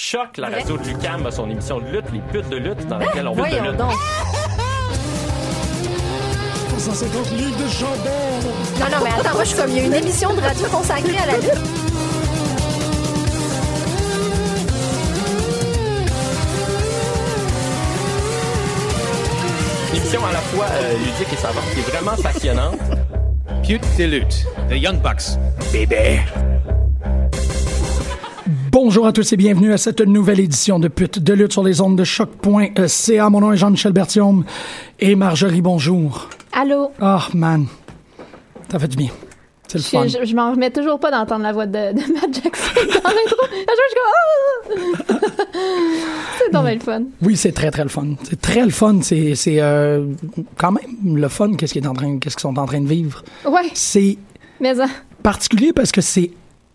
Choc, la radio de l'UQAM, a son émission de lutte, Les putes de lutte, dans laquelle on lutte de lutte. Donc. 150 livres de jambon! Non, mais attends, moi, je suis comme, il y a une émission de radio consacrée à la lutte. Une émission à la fois ludique et savante, qui est vraiment passionnante. Pute de lutte, The Young Bucks. Bébé! Bonjour à tous et bienvenue à cette nouvelle édition de Pute de lutte sur les ondes de choc.ca. Mon nom est Jean-Michel Berthiaume et Marjorie, bonjour. Allô? Oh, man. Ça fait du bien. C'est le fun. Je m'en remets toujours pas d'entendre la voix de Matt Jackson dans l'intro. À chaque fois, je suis comme... C'est donc bien le fun. Oui, c'est très, très le fun. C'est très le fun. C'est quand même le fun qu'est-ce qu'ils sont en train de vivre. Ouais. C'est particulier parce que c'est...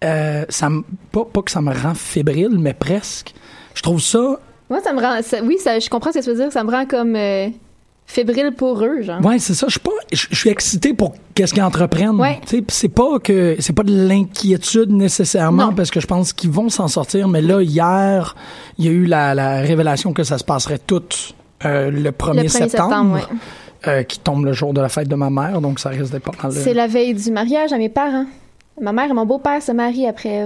pas que ça me rend fébrile, mais presque. Je trouve ça... Moi, ça me rend... je comprends ce que tu veux dire. Ça me rend comme... fébrile pour eux, genre. Ouais, c'est ça. Je suis excité pour qu'est-ce qu'ils entreprennent. Ouais. Tu sais, c'est pas de l'inquiétude nécessairement, non. Parce que je pense qu'ils vont s'en sortir. Mais là, hier, il y a eu la révélation que ça se passerait tout le 1er septembre. Ouais. Qui tombe le jour de la fête de ma mère, donc ça risque d'être pas mal. C'est la veille du mariage à mes parents. Ma mère et mon beau-père se marient après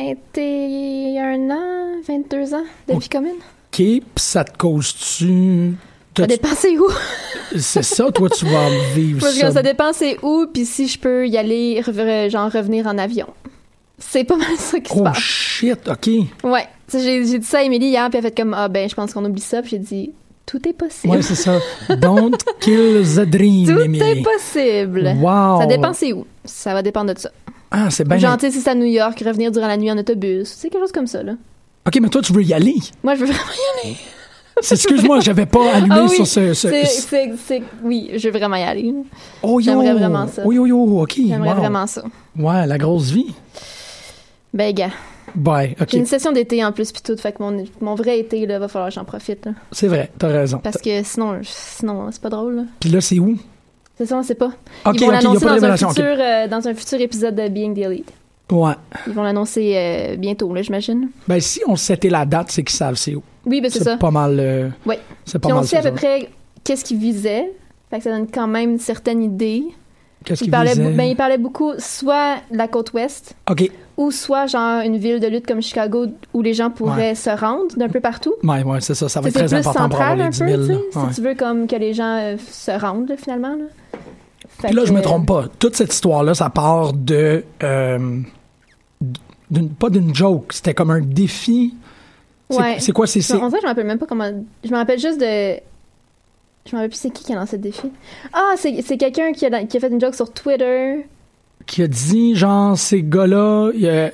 21 ans, 22 ans de vie commune. OK, pis ça te cause-tu... Ça dépend c'est où. C'est ça, toi, tu vas vivre parce ça. Que ça dépend c'est où, puis si je peux y aller, revenir en avion. C'est pas mal ça qui se passe. Oh shit, OK. Ouais. J'ai dit ça à Émilie hier, puis elle a fait comme, je pense qu'on oublie ça, puis j'ai dit, tout est possible. Ouais, c'est ça. Don't kill the dream, tout Émilie. Est possible. Wow. Ça dépend c'est où. Ça va dépendre de ça. Ah, c'est bien. Genre, tu sais, si c'est à New York, revenir durant la nuit en autobus. C'est quelque chose comme ça, là. OK, mais toi, tu veux y aller? Moi, je veux vraiment y aller. Excuse-moi, j'avais pas allumé sur ce... Oui, je veux vraiment y aller. Oh, yo! J'aimerais vraiment ça. Oh, OK. J'aimerais vraiment ça. Ouais, la grosse vie. Ben, gars. Ouais, OK. J'ai une session d'été en plus, puis tout. Fait que mon vrai été, là, va falloir que j'en profite. Là. C'est vrai, t'as raison. Parce que sinon c'est pas drôle. Là. Puis là, c'est où? C'est ça, on sait pas. Okay, Ils vont l'annoncer dans dans un futur épisode de Being the Elite. Ouais. Ils vont l'annoncer bientôt, là, j'imagine. Ben, si on s'était la date, c'est qu'ils savent c'est où. Oui, ben c'est ça. C'est pas mal... Oui. C'est pas puis mal on sait à peu près qu'est-ce qu'ils visaient. Fait que ça donne quand même une certaine idée. Qu'est-ce qu'ils visaient? Il parlait beaucoup soit de la côte ouest. OK. Ou soit, genre, une ville de lutte comme Chicago où les gens pourraient se rendre d'un peu partout. Ouais, c'est ça. Ça va être très important pour avoir les 10 000. Si tu veux comme que les gens se rendent, là, finalement. Là. Puis là, je me trompe pas. Toute cette histoire-là, ça part de... pas d'une joke. C'était comme un défi. Ouais. C'est quoi? On dirait que je me rappelle même pas comment... Je me rappelle juste de... Je me rappelle plus c'est qui a lancé le défi. Ah, c'est quelqu'un qui a fait une joke sur Twitter... Qui a dit, genre, ces gars-là,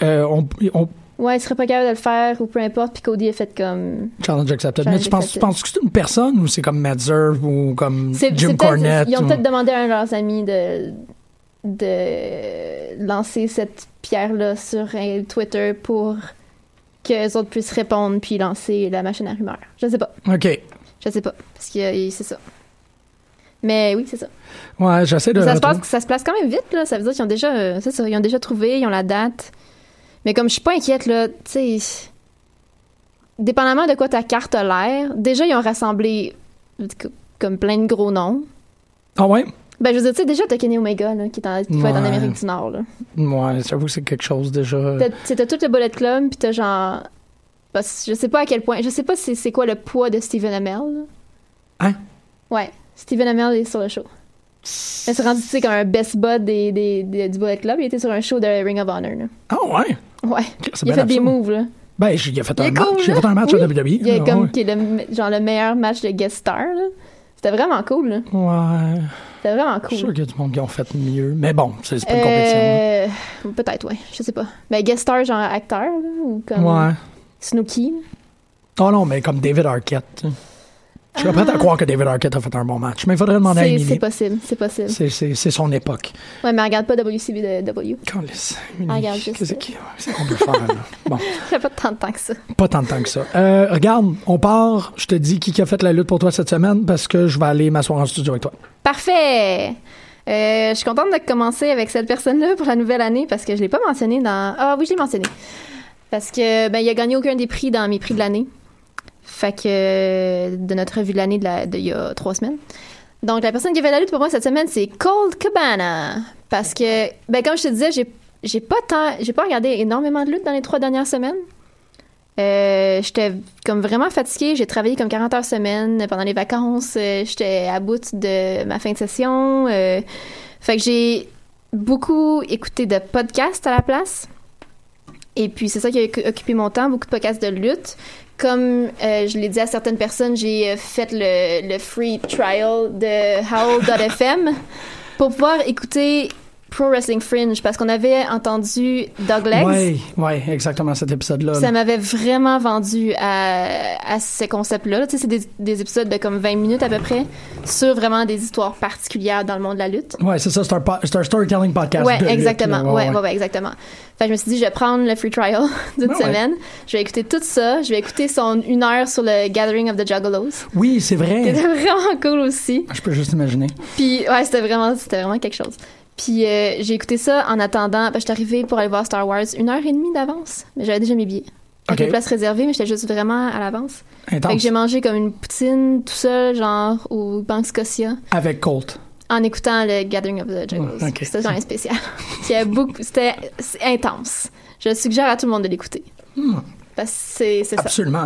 ouais, ils seraient pas capables de le faire, ou peu importe, puis Cody a fait comme... Challenge accepted. Mais tu penses que c'est une personne, ou c'est comme Matt Zerv, ou comme Jim Cornette? Ils ont peut-être demandé à un de leurs amis de lancer cette pierre-là sur Twitter pour que les autres puissent répondre, puis lancer la machine à rumeurs. Je sais pas. OK. Je sais pas, parce que c'est ça. Mais oui, c'est ça. Ouais, j'essaie de... Ça se place quand même vite, là. Ça veut dire qu'ils ont déjà... c'est ça, ils ont déjà trouvé, ils ont la date. Mais comme je suis pas inquiète, là, tu sais... Dépendamment de quoi ta carte a l'air, déjà, ils ont rassemblé comme plein de gros noms. Ah ouais? Ben, je veux dire, tu sais, déjà, t'as Kenny Omega, là, qui va être en Amérique du Nord, là. Ouais, j'avoue que c'est quelque chose, déjà... T'as tout le Bullet Club, puis t'as genre... Je sais pas à quel point... Je sais pas c'est quoi le poids de Stephen Amell, là. Hein? Ouais. Stephen Amell est sur le show. Il s'est rendu, tu sais, comme un best bud du Bullet Club. Il était sur un show de Ring of Honor, là. Ah ouais? Ouais. Il a fait des moves, là. Ben, il a fait un match à WWE. Il a comme qui est le meilleur match de guest star, là. C'était vraiment cool, là. Ouais. C'était vraiment cool. Je suis sûr qu'il y a du monde qui ont fait mieux. Mais bon, c'est pas une compétition. Peut-être, ouais. Je sais pas. Ben, guest star, genre acteur, là, ou comme... Ouais. Snooki. Oh non, mais comme David Arquette. Je suis prête à croire que David Arquette a fait un bon match, mais il faudrait demander à Émilie. C'est possible. C'est son époque. Ouais, mais elle regarde pas WCW. Calisse. Regarde juste. Qu'est-ce qu'on peut faire, là? Bon. J'ai pas tant de temps que ça. Pas tant de temps que ça. Regarde, on part. Je te dis qui a fait la lutte pour toi cette semaine parce que je vais aller m'asseoir en studio avec toi. Parfait! Je suis contente de commencer avec cette personne-là pour la nouvelle année parce que je l'ai pas mentionné dans... Ah oui, je l'ai mentionné. Parce que, il a gagné aucun des prix dans mes prix de l'année. Fait que, de notre revue de l'année il y a 3 semaines. Donc, la personne qui a fait la lutte pour moi cette semaine, c'est Colt Cabana. Parce que, comme je te disais, j'ai pas regardé énormément de lutte dans les 3 dernières semaines. J'étais comme vraiment fatiguée. J'ai travaillé comme 40 heures semaine pendant les vacances. J'étais à bout de ma fin de session. Fait que j'ai beaucoup écouté de podcasts à la place. Et puis, c'est ça qui a occupé mon temps, beaucoup de podcasts de lutte. Comme je l'ai dit à certaines personnes, j'ai fait le free trial de Howl.fm pour pouvoir écouter Pro Wrestling Fringe, parce qu'on avait entendu Dog Legs. Oui, exactement, cet épisode-là. Ça m'avait vraiment vendu à ce concept-là. Tu sais, c'est des épisodes de comme 20 minutes à peu près, sur vraiment des histoires particulières dans le monde de la lutte. Oui, c'est ça, c'est un storytelling podcast. Oui, exactement. Ouais, exactement. Fait que je me suis dit, je vais prendre le free trial d'une semaine. Je vais écouter tout ça. Je vais écouter son 1 heure sur le Gathering of the Juggalos. Oui, c'est vrai. C'était vraiment cool aussi. Je peux juste imaginer. Puis, ouais, c'était vraiment quelque chose. Puis j'ai écouté ça en attendant. Je suis arrivée pour aller voir Star Wars 1h30 d'avance. Mais j'avais déjà mes billets. Avec les places réservées, mais j'étais juste vraiment à l'avance. Intense. Fait que j'ai mangé comme une poutine tout seul, genre au Banque Scotia. Avec Colt. En écoutant le Gathering of the Juggalos. C'était genre spécial. C'était intense. Je suggère à tout le monde de l'écouter. Parce que c'est ça. Absolument.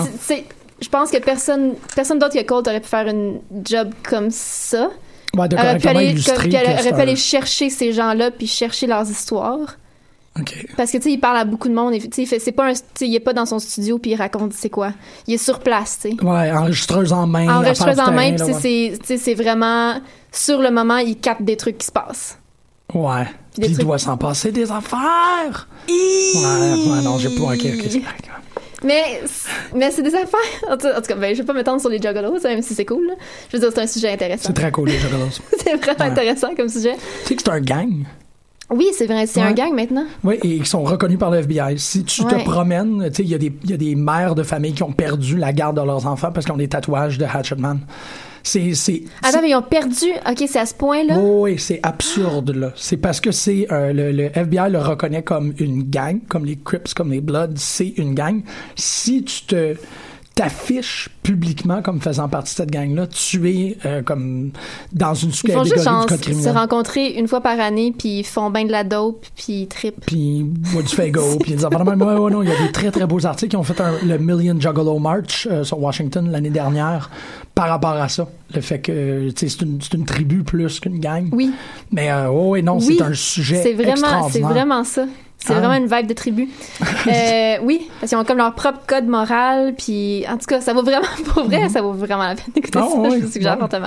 Je pense que personne d'autre que Colt aurait pu faire une job comme ça. Ouais, de correctement illustrer. Puis elle aurait pu aller chercher ces gens-là puis chercher leurs histoires. OK. Parce que, tu sais, il parle à beaucoup de monde. Il est pas dans son studio puis il raconte c'est quoi. Il est sur place, tu sais. Ouais, enregistreuse en main. Enregistreuse en main, puis c'est vraiment... Sur le moment, il capte des trucs qui se passent. Ouais. Puis il doit s'en passer des affaires. Ouais, non, j'ai pas... OK. Mais c'est des affaires. En tout cas, je vais pas m'étendre sur les Juggalos, même si c'est cool. Là. Je veux dire, c'est un sujet intéressant. C'est très cool, les Juggalos. C'est vraiment intéressant comme sujet. Tu sais que c'est un gang. Oui, c'est vrai, c'est un gang maintenant. Oui, et ils sont reconnus par le FBI. Si tu te promènes, tu sais, il y a des mères de famille qui ont perdu la garde de leurs enfants parce qu'ils ont des tatouages de Hatchet Man. Attends, mais ils ont perdu? OK, c'est à ce point-là? Oui, c'est absurde, là. C'est parce que c'est le FBI le reconnaît comme une gang, comme les Crips, comme les Bloods, c'est une gang. Si tu t'affiches publiquement comme faisant partie de cette gang-là, tu es comme dans une catégorie du code criminel. Se rencontrer une fois par année, puis ils font bien de la dope, puis ils trippent. Puis ils boivent du Faygo, puis ils disent non, il y a des très très beaux articles qui ont fait le Million Juggalo March sur Washington l'année dernière par rapport à ça. Le fait que c'est une tribu plus qu'une gang. Oui. Mais c'est un sujet extraordinaire. C'est vraiment ça. C'est vraiment une vibe de tribu. Oui, parce qu'ils ont comme leur propre code moral, puis en tout cas, ça vaut vraiment, pour vrai, ça vaut vraiment la peine d'écouter ça, je vous suggère fortement.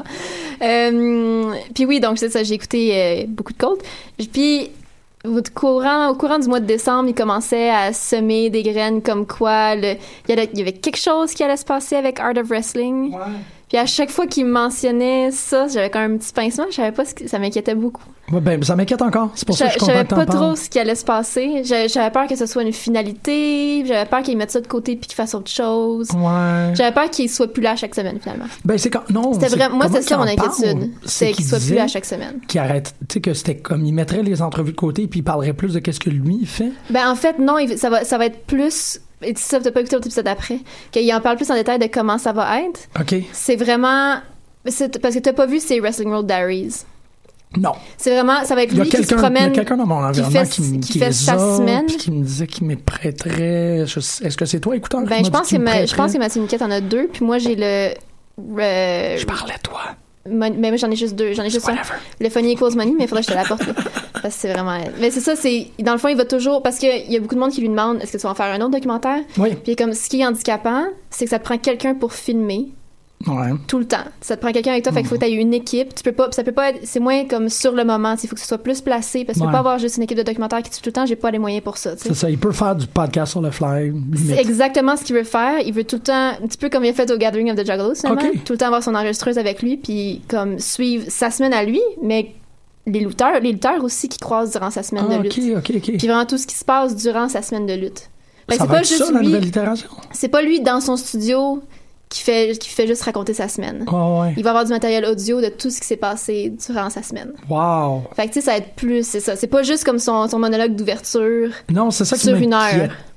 Puis oui, donc c'est ça, j'ai écouté beaucoup de Colt. Puis au courant du mois de décembre, il commençait à semer des graines comme quoi il y avait quelque chose qui allait se passer avec Art of Wrestling. Ouais. Puis à chaque fois qu'il mentionnait ça, j'avais quand même un petit pincement. Je savais pas ça m'inquiétait beaucoup. Ouais, ben ça m'inquiète encore. C'est pour ça que je suis content que t'en parles. Je savais pas trop ce qui allait se passer. J'avais peur que ce soit une finalité. J'avais peur qu'ils mettent ça de côté puis qu'ils fassent autre chose. Ouais. J'avais peur qu'il soit plus là chaque semaine finalement. Ben c'est quand non. C'était vraiment moi c'est ça mon inquiétude, c'est qu'il soit plus là chaque semaine. Qu'il arrête, tu sais que c'était comme il mettrait les entrevues de côté puis il parlerait plus de qu'est-ce que lui il fait. Ben en fait non, ça va être plus. Et ça, t'as pas écouté l'autre épisode après, qu'il en parle plus en détail de comment ça va être. OK. C'est vraiment... parce que t'as pas vu ces Wrestling World Diaries. Non. C'est vraiment... Ça va être lui qui se promène... Il y a quelqu'un dans mon environnement qui fait sa semaine. Puis qui me disait qu'il me prêterait... Est-ce que c'est toi, écouteur? Ben, je pense que Mathieu Niquette en a 2, puis moi, j'ai le... Je parlais de toi. Mais moi, j'en ai juste 2. J'en ai juste un. Le Funny Equals Money, mais il faudrait que je te l'apporte. Parce que c'est vraiment... Mais c'est ça, dans le fond, il va toujours... Parce qu'il y a beaucoup de monde qui lui demande est-ce que tu vas en faire un autre documentaire? Oui. Puis comme, ce qui est handicapant, c'est que ça te prend quelqu'un pour filmer. Ouais. Tout le temps. Ça te prend quelqu'un avec toi, fait qu'il faut que tu aies une équipe. Ça peut pas être... C'est moins comme sur le moment. Il faut que ce soit plus placé, parce que tu peux pas avoir juste une équipe de documentaire qui tue tout le temps. J'ai pas les moyens pour ça. T'sais. C'est ça. Il peut faire du podcast sur le fly. C'est exactement ce qu'il veut faire. Il veut tout le temps... Un petit peu comme il a fait au Gathering of the Juggalos, seulement. Okay. Tout le temps avoir son enregistreuse avec lui, puis comme suivre sa semaine à lui, mais les lutteurs aussi qui croisent durant sa semaine de lutte. OK. Puis vraiment tout ce qui se passe durant sa semaine de lutte. Ça va être ça, la nouvelle itération? C'est pas lui dans son studio qui fait juste raconter sa semaine. Oh, ouais. Il va avoir du matériel audio de tout ce qui s'est passé durant sa semaine. Wow! Fait que tu sais, ça va être plus, c'est ça. C'est pas juste comme son monologue d'ouverture. Non, c'est ça sur qui une heure.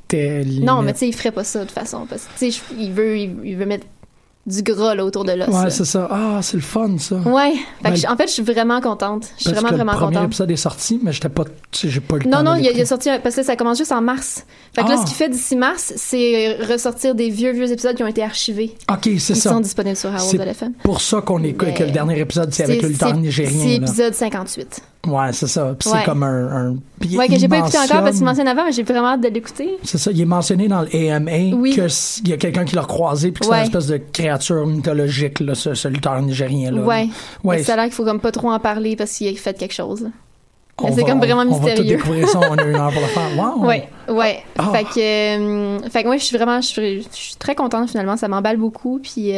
c'était... Non, mais tu sais, il ferait pas ça de toute façon. Parce que, tu sais, il veut mettre du gras là, autour de l'os. Ouais, là. c'est ça. Ah, c'est le fun, ça. Ouais. Fait que en fait, je suis vraiment contente. Je suis vraiment le premier contente. épisode est sorti, mais j'ai pas eu le temps. Non, de il a l'écouter. sorti parce que ça commence juste en mars. Fait que là, ce qu'il fait d'ici mars, c'est ressortir des vieux épisodes qui ont été archivés. OK, c'est Ils ça. sont disponibles sur C'est Howard.fm. pour ça qu'on est que le dernier épisode, c'est avec le lutteur nigérien. C'est là. épisode 58. Ouais, c'est ça. Puis Ouais. c'est comme un Ouais, que j'ai pas écouté encore parce qu'il mentionne- mentionne avant, mais j'ai vraiment hâte de l'écouter. C'est ça, il est mentionné dans le AMA Oui. qu'il y a quelqu'un qui l'a croisé puis que c'est Ouais. une espèce de créature mythologique, là, ce lutteur nigérien. Là. Ouais. Ouais. Mais ça a l'air qu'il faut comme pas trop en parler parce qu'il a fait quelque chose. On c'est va- comme vraiment On va tout mystérieux. découvrir ça, on a 1 heure pour le faire. Wow! Ouais. Ah. Fait que ouais, je suis très contente finalement, ça m'emballe beaucoup puis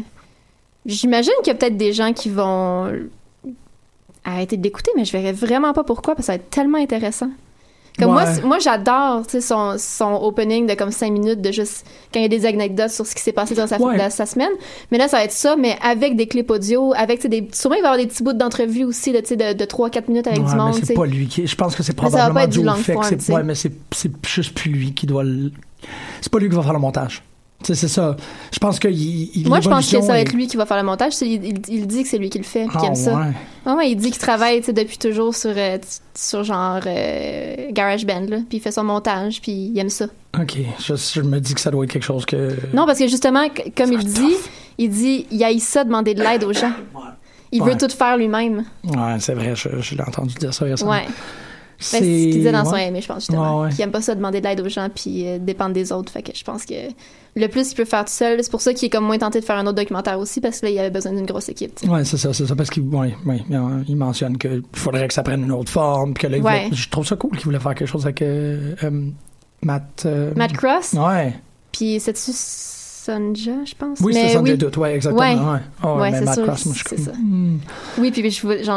j'imagine qu'il y a peut-être des gens qui vont arrêter de l'écouter, mais je verrais vraiment pas pourquoi parce que ça va être tellement intéressant. Comme Ouais. moi j'adore, tu sais, son opening de comme 5 minutes de juste quand il y a des anecdotes sur ce qui s'est passé dans Ouais. sa semaine. Mais là ça va être ça, mais avec des clips audio, avec, tu sais, sûrement il va y avoir des petits bouts d'entrevue aussi, là, tu sais, de 3-4 minutes avec Ouais, du monde. mais tu c'est sais. pas lui qui. Je pense que c'est Mais ça va probablement pas être dû du au long fait que form, tu sais. ouais, mais c'est juste plus lui qui doit le. C'est pas lui qui va faire le montage. Tu sais, c'est ça. Je pense que Moi, je pense que ça va est- être lui qui va faire le montage. Il dit que c'est lui qui le fait, puis qu'il aime ça. Ouais. Ouais, il dit qu'il travaille, tu sais, depuis toujours sur genre GarageBand, là, puis il fait son montage, puis il aime ça. OK. Je me dis que ça doit être quelque chose que. Non, parce que justement, comme Ça il dit, il haït ça demander de l'aide aux gens. Il veut Ouais. tout faire lui-même. Ouais, c'est vrai. Je l'ai entendu dire ça récemment. Ouais. C'est ce qu'il disait dans son ouais. aimé, je pense, justement. Ouais. Qu'il aime pas ça demander de l'aide aux gens, puis dépendre des autres. Fait que je pense que le plus il peut faire tout seul, c'est pour ça qu'il est comme moins tenté de faire un autre documentaire aussi, parce que là, il avait besoin d'une grosse équipe. Tu sais. Ouais, c'est ça, parce qu'il il mentionne qu'il faudrait que ça prenne une autre forme, puis que là, Ouais. je trouve ça cool qu'il voulait faire quelque chose avec Matt. Matt Cross, Ouais. puis c'est-tu Sonja, je pense? Oui, Mais c'est ça, oui. des doutes, ouais, exactement. Ouais. Ouais, Ouais, mais c'est Matt sûr, Cross, moi, je suis c'est comme, ça. Oui, puis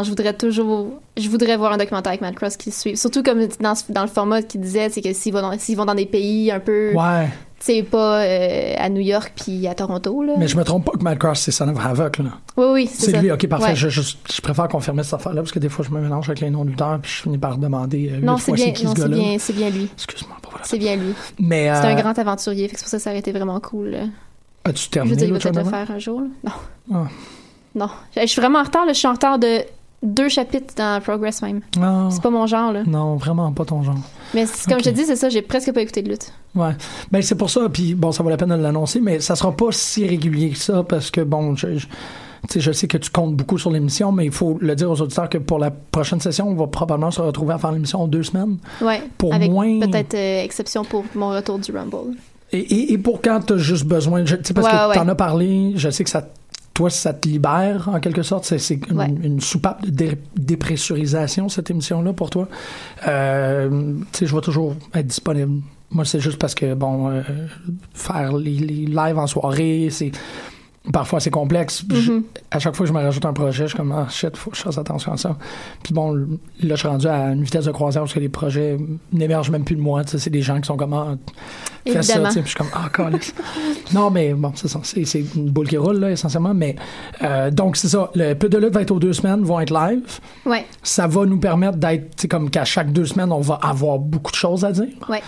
je voudrais voir un documentaire avec Matt Cross qui le suit. Surtout comme dans le format qu'il disait, c'est que s'ils vont dans des pays un peu, Ouais, tu sais, pas à New York puis à Toronto, là. mais je me trompe pas que Matt Cross, c'est Son of Havoc, là. Oui, C'est ça. lui, ok, parfait. Ouais. Je préfère confirmer cette affaire-là, parce que des fois, je me mélange avec les noms de lutteurs, puis je finis par demander Non, 8 c'est fois bien, qui non, ce c'est gars-là. bien, c'est bien lui. Excuse-moi, pas voilà. C'est bien lui. Mais, C'est un grand aventurier, fait que c'est pour ça que ça aurait été vraiment cool. Là. as-tu Je veux terminé dire, il va l'autre peut-être le tournoi? faire un jour. Là. Non. Ah. Non. Je suis vraiment en retard, là. Je suis en retard de 2 chapitres dans Progress même. Non. C'est pas mon genre, là. Non, vraiment pas ton genre. Mais comme Ok. je te dis, c'est ça, j'ai presque pas écouté de lutte. Ouais. Ben, c'est pour ça, puis bon, ça vaut la peine de l'annoncer, mais ça sera pas si régulier que ça, parce que bon, tu sais, je sais que tu comptes beaucoup sur l'émission, mais il faut le dire aux auditeurs que pour la prochaine session, on va probablement se retrouver à faire l'émission en 2 semaines. Ouais. Pour avec moins- peut-être exception pour mon retour du Rumble. Et pour quand t'as juste besoin, tu sais, parce que Ouais. t'en as parlé, je sais que toi, ça te libère, en quelque sorte. C'est Ouais. une soupape de dépressurisation, cette émission-là, pour toi. Tu sais, je vais toujours être disponible. Moi, c'est juste parce que, bon, faire les lives en soirée, parfois c'est complexe. Puis à chaque fois que je me rajoute un projet, je suis comme, ah shit, faut que je fasse attention à ça. Puis bon, là, je suis rendu à une vitesse de croisière parce que les projets n'émergent même plus de moi. Tu sais, c'est des gens qui sont comme, ah, fais ça, Évidemment. tu sais. Puis je suis comme, ah, câlisse. Non, mais bon, c'est ça. C'est une boule qui roule, là, essentiellement. Mais donc, c'est ça. Le Peu de lutte va être aux 2 semaines, vont être live. Ouais. Ça va nous permettre d'être, tu sais, comme qu'à chaque 2 semaines, on va avoir beaucoup de choses à dire. Ouais.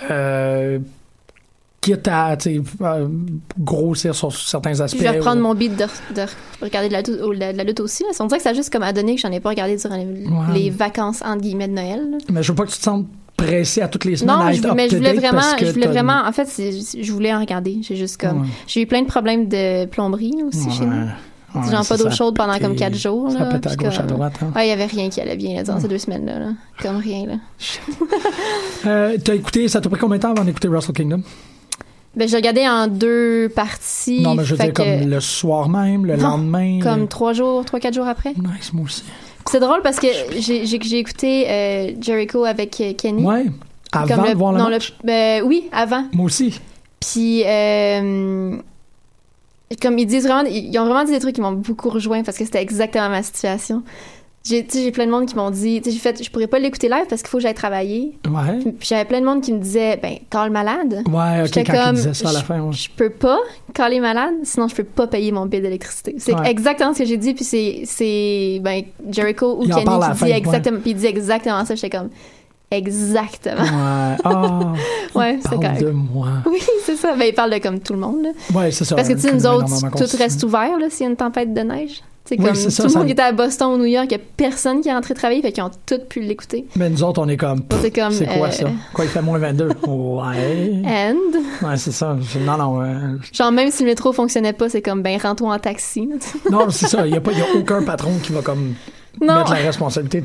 Quitte à, tu sais, grossir sur certains aspects. Puis je vais reprendre mon beat de regarder de la lutte aussi. Là. On dirait que ça a juste comme à donner que j'en ai pas regardé durant les vacances entre guillemets de Noël. Là. Mais je veux pas que tu te sentes pressé à toutes les semaines Non, à être mais je voulais up-to-date parce que vraiment, t'as- en fait, je voulais en regarder. J'ai juste comme, Ouais. j'ai eu plein de problèmes de plomberie là, aussi chez nous. Ouais, Genre ça, pas d'eau ça chaude pendant pétait- comme 4 jours. Ça Là, pète à puis gauche, à comme- droite. Hein. Ouais, il y avait rien qui allait bien là, durant ces 2 semaines-là. Là. Comme rien, là. T'as écouté, ça t'a pris combien de temps avant d'écouter Wrestle Kingdom? Ben, j'ai regardé en 2 parties. Non, mais je veux fait dire que- comme le soir même, le Non, lendemain. Comme 3-4 jours après. Nice, moi aussi. Puis c'est drôle parce que j'ai écouté Jericho avec Kenny. Ouais. Avant Comme de voir le non, match? oui, avant. Moi aussi. Puis, comme ils disent vraiment, ils ont vraiment dit des trucs qui m'ont beaucoup rejoint parce que c'était exactement ma situation. J'ai plein de monde qui m'ont dit, tu sais, je pourrais pas l'écouter live parce qu'il faut que j'aille travailler. Ouais. Puis j'avais plein de monde qui me disait, ben, call malade. Ouais, ok, J'étais quand il comme, disait ça à la fin, ouais. Je peux pas caller malade, sinon je peux pas payer mon bill d'électricité. C'est Ouais. exactement ce que j'ai dit, puis c'est ben, Jericho ou Il en Kenny parle à la qui fin, dit ouais. exactement, puis il dit exactement ça. J'étais comme, Exactement. Ouais. Ah, Ouais, c'est parle correct. de moi. Oui, c'est ça. Ben, il parle de comme tout le monde, là. Ouais, c'est ça. Parce que, tu sais, nous Énormément autres, tout constitué. reste ouvert, là, s'il y a une tempête de neige. C'est Oui, comme c'est ça, tout le ça- monde qui était à Boston ou New York, il n'y a personne qui est rentré travailler, fait qu'ils ont tous pu l'écouter. Mais nous autres, on est comme. C'est comme, C'est quoi ça? Quoi, il fait moins 22? Ouais. And, Ouais, c'est ça. Non. genre, même si le métro fonctionnait pas, c'est comme, ben, rends-toi en taxi. là. Non, c'est ça. Il n'y a aucun patron qui va comme Non. mettre la responsabilité de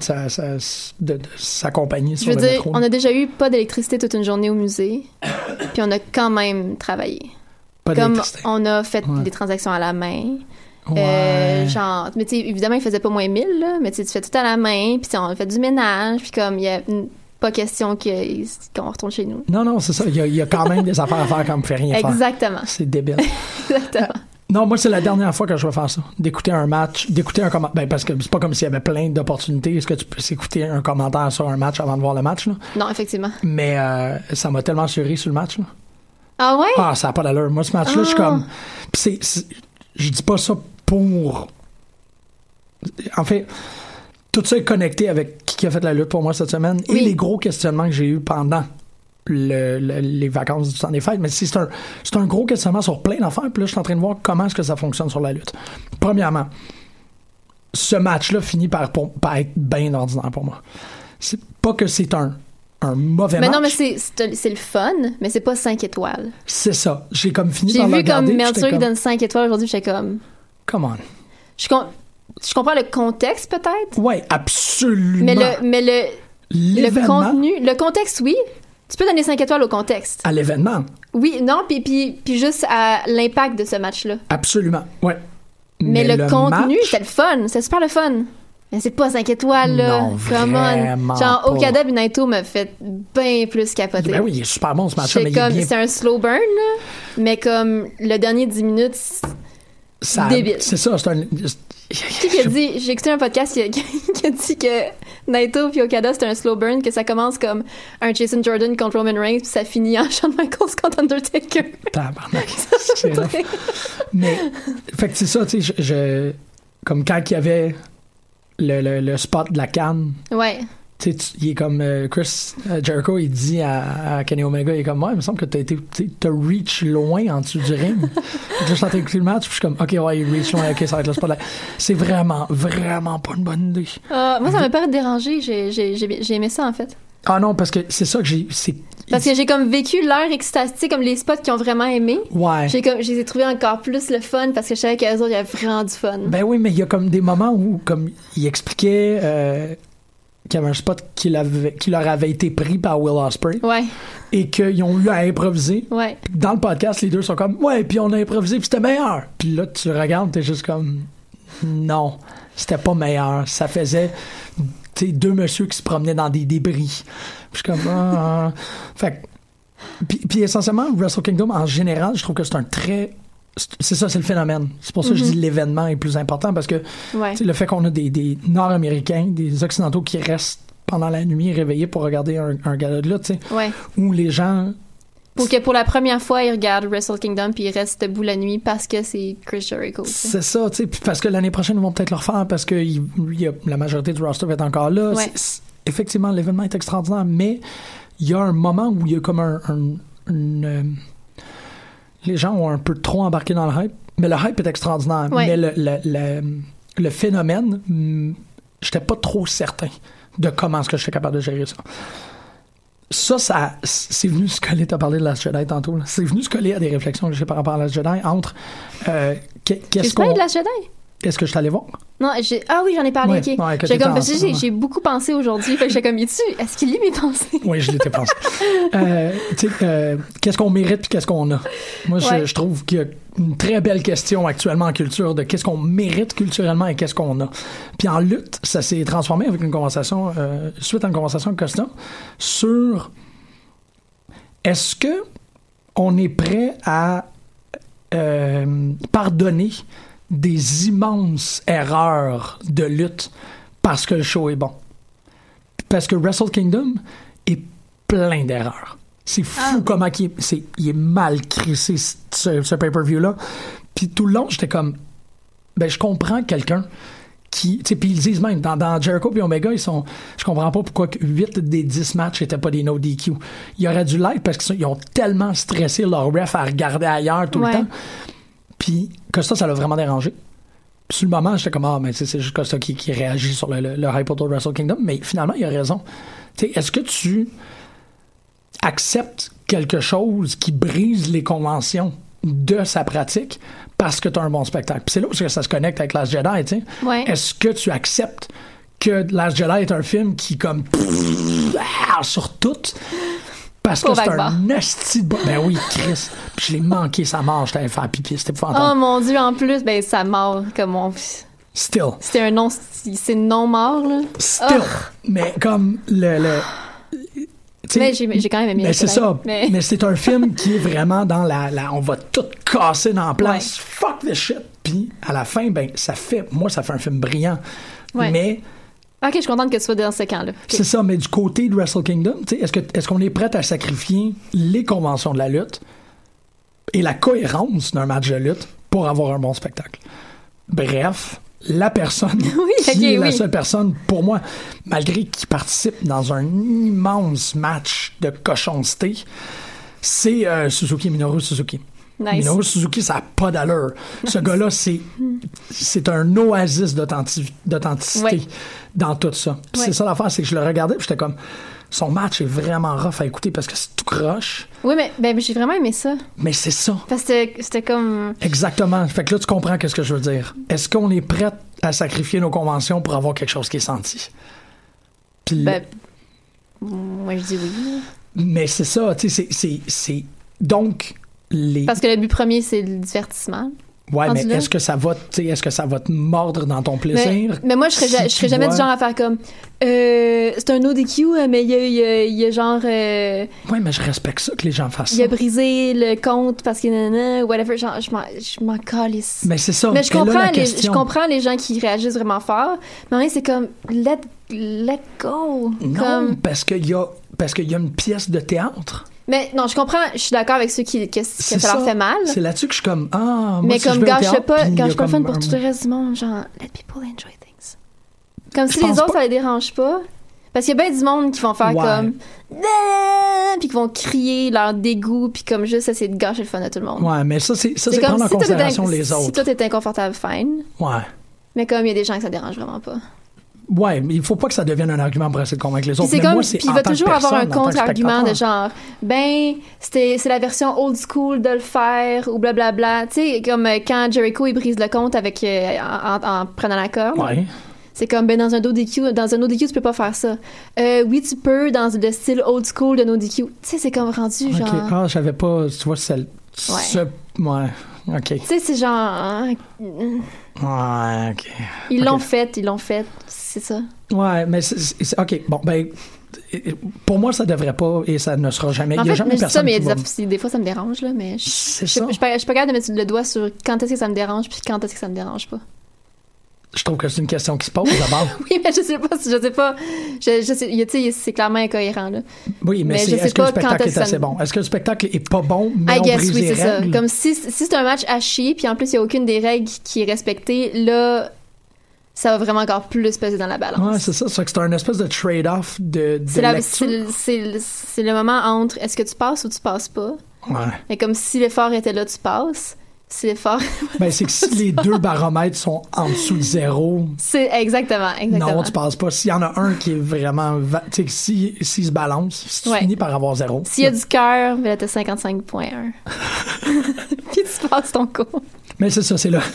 sa compagnie Je sur veux le dire, métro. on a déjà eu pas d'électricité toute une journée au musée, puis on a quand même travaillé. Pas Comme d'électricité. on a fait Ouais. des transactions à la main. Ouais. Genre, mais tu sais, évidemment, il faisait pas moins 1000, là, mais tu sais, tu fais tout à la main, puis on a fait du ménage, puis comme, il y a pas question qu'on retourne chez nous. Non, c'est ça. Il y a quand même des affaires à faire quand on ne fait rien faire. Exactement. C'est débile. Exactement. Non, moi, c'est la dernière fois que je vais faire ça. D'écouter un match, d'écouter un commentaire. Ben, parce que c'est pas comme s'il y avait plein d'opportunités. Est-ce que tu peux écouter un commentaire sur un match avant de voir le match, là? Non, effectivement. Mais ça m'a tellement assuré sur le match, là. Ah ouais? Ah, ça n'a pas d'allure. Moi, ce match-là, je suis comme. Puis je dis pas ça pour. En fait, tout ça est connecté avec qui a fait la lutte pour moi cette semaine Oui. et les gros questionnements que j'ai eus pendant les vacances du temps des fêtes. Mais c'est un gros questionnement sur plein d'affaires. Puis là, je suis en train de voir comment est-ce que ça fonctionne sur la lutte. Premièrement, ce match-là finit par être bien ordinaire pour moi. C'est pas que c'est un mauvais Mais match. non, mais c'est le fun, mais c'est pas 5 étoiles. C'est ça. J'ai comme fini J'ai par le vu regarder. comme puis Meltzer j'étais qui comme, donne 5 étoiles aujourd'hui, j'étais comme. come on. Je comprends le contexte, peut-être, Ouais, absolument. mais le L'événement contenu, le contexte, oui. Tu peux donner 5 étoiles au contexte. à l'événement. Oui, non, puis juste à l'impact de ce match-là. Absolument. Ouais. Mais le contenu, match, c'était le fun. C'était super le fun. Mais c'est pas 5 étoiles, là. Non, Come on. vraiment Genre, pas. Okada Naito m'a fait bien plus capoter. Ben oui, il est super bon ce match-là, mais C'est comme, il est bien. c'est un slow burn, là. Mais comme, le dernier 10 minutes, débile. C'est ça, c'est un. qui a dit, j'ai écouté un podcast qui a dit que Naito puis Okada c'était un slow burn, que ça commence comme un Jason Jordan contre Roman Reigns puis ça finit en Shawn Michaels contre Undertaker. Tabarnak. C'est vrai. Mais, fait que c'est ça, tu sais, comme quand il y avait le spot de la canne, Ouais. tu sais, il est comme Chris Jericho, il dit à Kenny Omega, il est comme, ouais, il me semble que t'as reach loin en dessous du ring. Donc là, je suis en train d'écouter le match, puis je suis comme, ok, ouais, il reach loin, ok, ça va être le spot là. C'est vraiment, vraiment pas une bonne idée. Moi, ça m'a pas dérangé. J'ai aimé ça, en fait. Ah non, parce que c'est ça que Parce que j'ai comme vécu l'heure extatique, comme les spots qui ont vraiment aimé. Ouais. Je les ai trouvés encore plus le fun parce que je savais qu'eux autres, il y avait vraiment du fun. Ben oui, mais il y a comme des moments où, comme il expliquait qu'il y avait un spot qui leur avait été pris par Will Ospreay Ouais, et qu'ils ont eu à improviser. ouais. Dans le podcast, les deux sont comme, ouais, puis on a improvisé, puis c'était meilleur. Puis là, tu le regardes, t'es juste comme, non, c'était pas meilleur. Ça faisait, tu sais, deux messieurs qui se promenaient dans des débris. Puis je suis comme, Fait que, puis essentiellement, Wrestle Kingdom, en général, je trouve que c'est un très... C'est ça, c'est le phénomène. C'est pour ça que je dis l'événement est plus important, parce que Ouais. tu sais, le fait qu'on a des Nord-Américains, des Occidentaux qui restent pendant la nuit réveillés pour regarder un gala de lutte, tu sais, Ouais. où les gens... Pour que pour la première fois, ils regardent Wrestle Kingdom puis ils restent debout la nuit parce que c'est Chris Jericho. tu sais. C'est ça, tu sais, puis parce que l'année prochaine, ils vont peut-être le refaire parce que la majorité du roster va être encore là. Ouais. Effectivement, l'événement est extraordinaire, mais il y a un moment où il y a comme les gens ont un peu trop embarqué dans le hype, mais le hype est extraordinaire. Ouais. Mais le phénomène, j'étais pas trop certain de comment est-ce que j'étais capable de gérer ça. Ça, c'est venu se coller, t'as parlé de Last Jedi tantôt, là. C'est venu se coller à des réflexions que j'ai par rapport à Last Jedi entre J'ai parlé de la Jedi? Est-ce que je t'allais voir? Non, oui, j'en ai parlé, Ouais, ok. ouais, que J'ai t'étais comme, parce que ensemble, j'ai beaucoup pensé aujourd'hui, fait que j'étais comme, est-ce qu'il lit mes pensées? Oui, je l'étais pensé. Tu sais, qu'est-ce qu'on mérite puis qu'est-ce qu'on a? Moi, Ouais. je trouve qu'il y a une très belle question actuellement en culture de qu'est-ce qu'on mérite culturellement et qu'est-ce qu'on a. Puis en lutte, ça s'est transformé avec une conversation, suite à une conversation avec Costa, sur est-ce que on est prêt à pardonner des immenses erreurs de lutte parce que le show est bon. Parce que Wrestle Kingdom est plein d'erreurs. C'est fou comment il est mal crissé, ce pay-per-view-là. Puis tout le long, j'étais comme, ben je comprends quelqu'un qui, tu sais, puis ils disent même, dans Jericho et Omega, je comprends pas pourquoi 8 des 10 matchs étaient pas des no DQ. Ils auraient dû l'être parce qu'ils ont tellement stressé leur ref à regarder ailleurs tout le temps. Puis que ça l'a vraiment dérangé. Puis sur le moment, j'étais comme, mais c'est juste Costa qui réagit sur le hype autour de Wrestle Kingdom. Mais finalement, il a raison. Tu sais, est-ce que tu acceptes quelque chose qui brise les conventions de sa pratique parce que tu as un bon spectacle? Puis c'est là où ça se connecte avec Last Jedi, tu sais. Ouais. Est-ce que tu acceptes que Last Jedi est un film qui, comme, sur tout, parce que c'est un asti de... Ben oui, Chris. Puis je l'ai manqué, sa mort, j'étais allé faire pipi, c'était épouvantable. Oh mon Dieu, en plus, ben sa mort, comme on... Still. C'était un non... C'est non-mort, là. Still. Mais comme mais j'ai quand même aimé. Mais c'est ça. Mais c'est un film qui est vraiment dans la on va tout casser dans la place. Fuck this shit. Puis à la fin, ben ça fait un film brillant. Ouais. Mais ok, je suis contente que tu sois dans ce camp-là. Okay. C'est ça. Mais du côté de Wrestle Kingdom, est-ce qu'on est prêt à sacrifier les conventions de la lutte et la cohérence d'un match de lutte pour avoir un bon spectacle? Bref. La personne qui est la seule personne, pour moi, malgré qu'il participe dans un immense match de cochonneté, c'est Minoru Suzuki. Nice. Minoru Suzuki, ça n'a pas d'allure. Ce gars-là, c'est un oasis d'authenticité dans tout ça. C'est ça l'affaire, c'est que je le regardais et j'étais comme... Son match est vraiment rough à écouter parce que c'est tout croche. Oui, mais j'ai vraiment aimé ça. Mais c'est ça. Parce que c'était comme... Exactement. Fait que là, tu comprends qu'est-ce que je veux dire. Est-ce qu'on est prêt à sacrifier nos conventions pour avoir quelque chose qui est senti? Puis... moi, je dis oui. Mais c'est ça, tu sais, c'est... Donc, Parce que le but premier, c'est le divertissement. Ouais, mais est-ce que ça va te mordre dans ton plaisir? Mais moi, je serais jamais du genre à faire comme c'est un ODQ, mais il y a genre ouais, mais je respecte ça que les gens fassent ça. Il a brisé le compte parce que whatever, genre je m'en calisse. Mais c'est ça. Mais je comprends les gens qui réagissent vraiment fort, mais c'est comme let go. Non, comme... parce qu'il y a une pièce de théâtre. Mais non, je comprends, je suis d'accord avec ceux que ça leur fait mal. C'est là-dessus que je suis comme moi, mais si comme gâche pas le fun pour tout le monde. reste du monde, genre let people enjoy things. Comme si les autres ça les dérange pas. Parce qu'il y a bien du monde qui vont faire comme puis qui vont crier leur dégoût puis comme juste essayer de gâcher le fun à tout le monde. Ouais, mais ça c'est prendre en considération les autres. Si toi t'es inconfortable, fine. Ouais. Mais comme il y a des gens que ça dérange vraiment pas. Ouais, mais il faut pas que ça devienne un argument pour essayer de convaincre les autres. Puis il va toujours avoir un contre-argument de genre, c'est la version old school de le faire ou blablabla. Tu sais, comme quand Jericho il brise le compte avec en prenant la corde. Ouais. C'est comme dans un ODQ, tu peux pas faire ça. Oui, tu peux dans le style old school de ODQ. Tu sais, c'est comme rendu genre. Ok, j'avais pas, tu vois ouais, ok. Tu sais, c'est genre. Ouais, ok. Ils l'ont fait, c'est ça. Ouais, mais c'est ok. Bon, ben, pour moi, ça devrait pas et ça ne sera jamais. Il y a jamais personne qui va... Des fois, ça me dérange là, mais je suis pas capable de mettre le doigt sur quand est-ce que ça me dérange puis quand est-ce que ça me dérange pas. Je trouve que c'est une question qui se pose d'abord. Oui, mais je sais pas. Tu sais, c'est clairement incohérent là. Oui, mais est-ce que le spectacle est assez bon? Est-ce que le spectacle est pas bon, mais on brise les règles? Ça. Comme si c'est un match à chier, puis en plus il y a aucune des règles qui est respectée, là, ça va vraiment encore plus peser dans la balance. Ouais, c'est ça. C'est un espèce de trade-off de lecture. C'est le moment entre est-ce que tu passes ou tu passes pas. Ouais. Mais comme si l'effort était là, tu passes. Si l'effort... Ben, c'est que si les deux baromètres sont en dessous de 0... C'est exactement. Non, tu passes pas. S'il y en a un qui est vraiment... Tu sais, s'il se balance, si tu finis par avoir 0... S'il y a du cœur, ben là, t'as 55.1. Puis tu passes ton cours. Mais c'est ça, c'est là.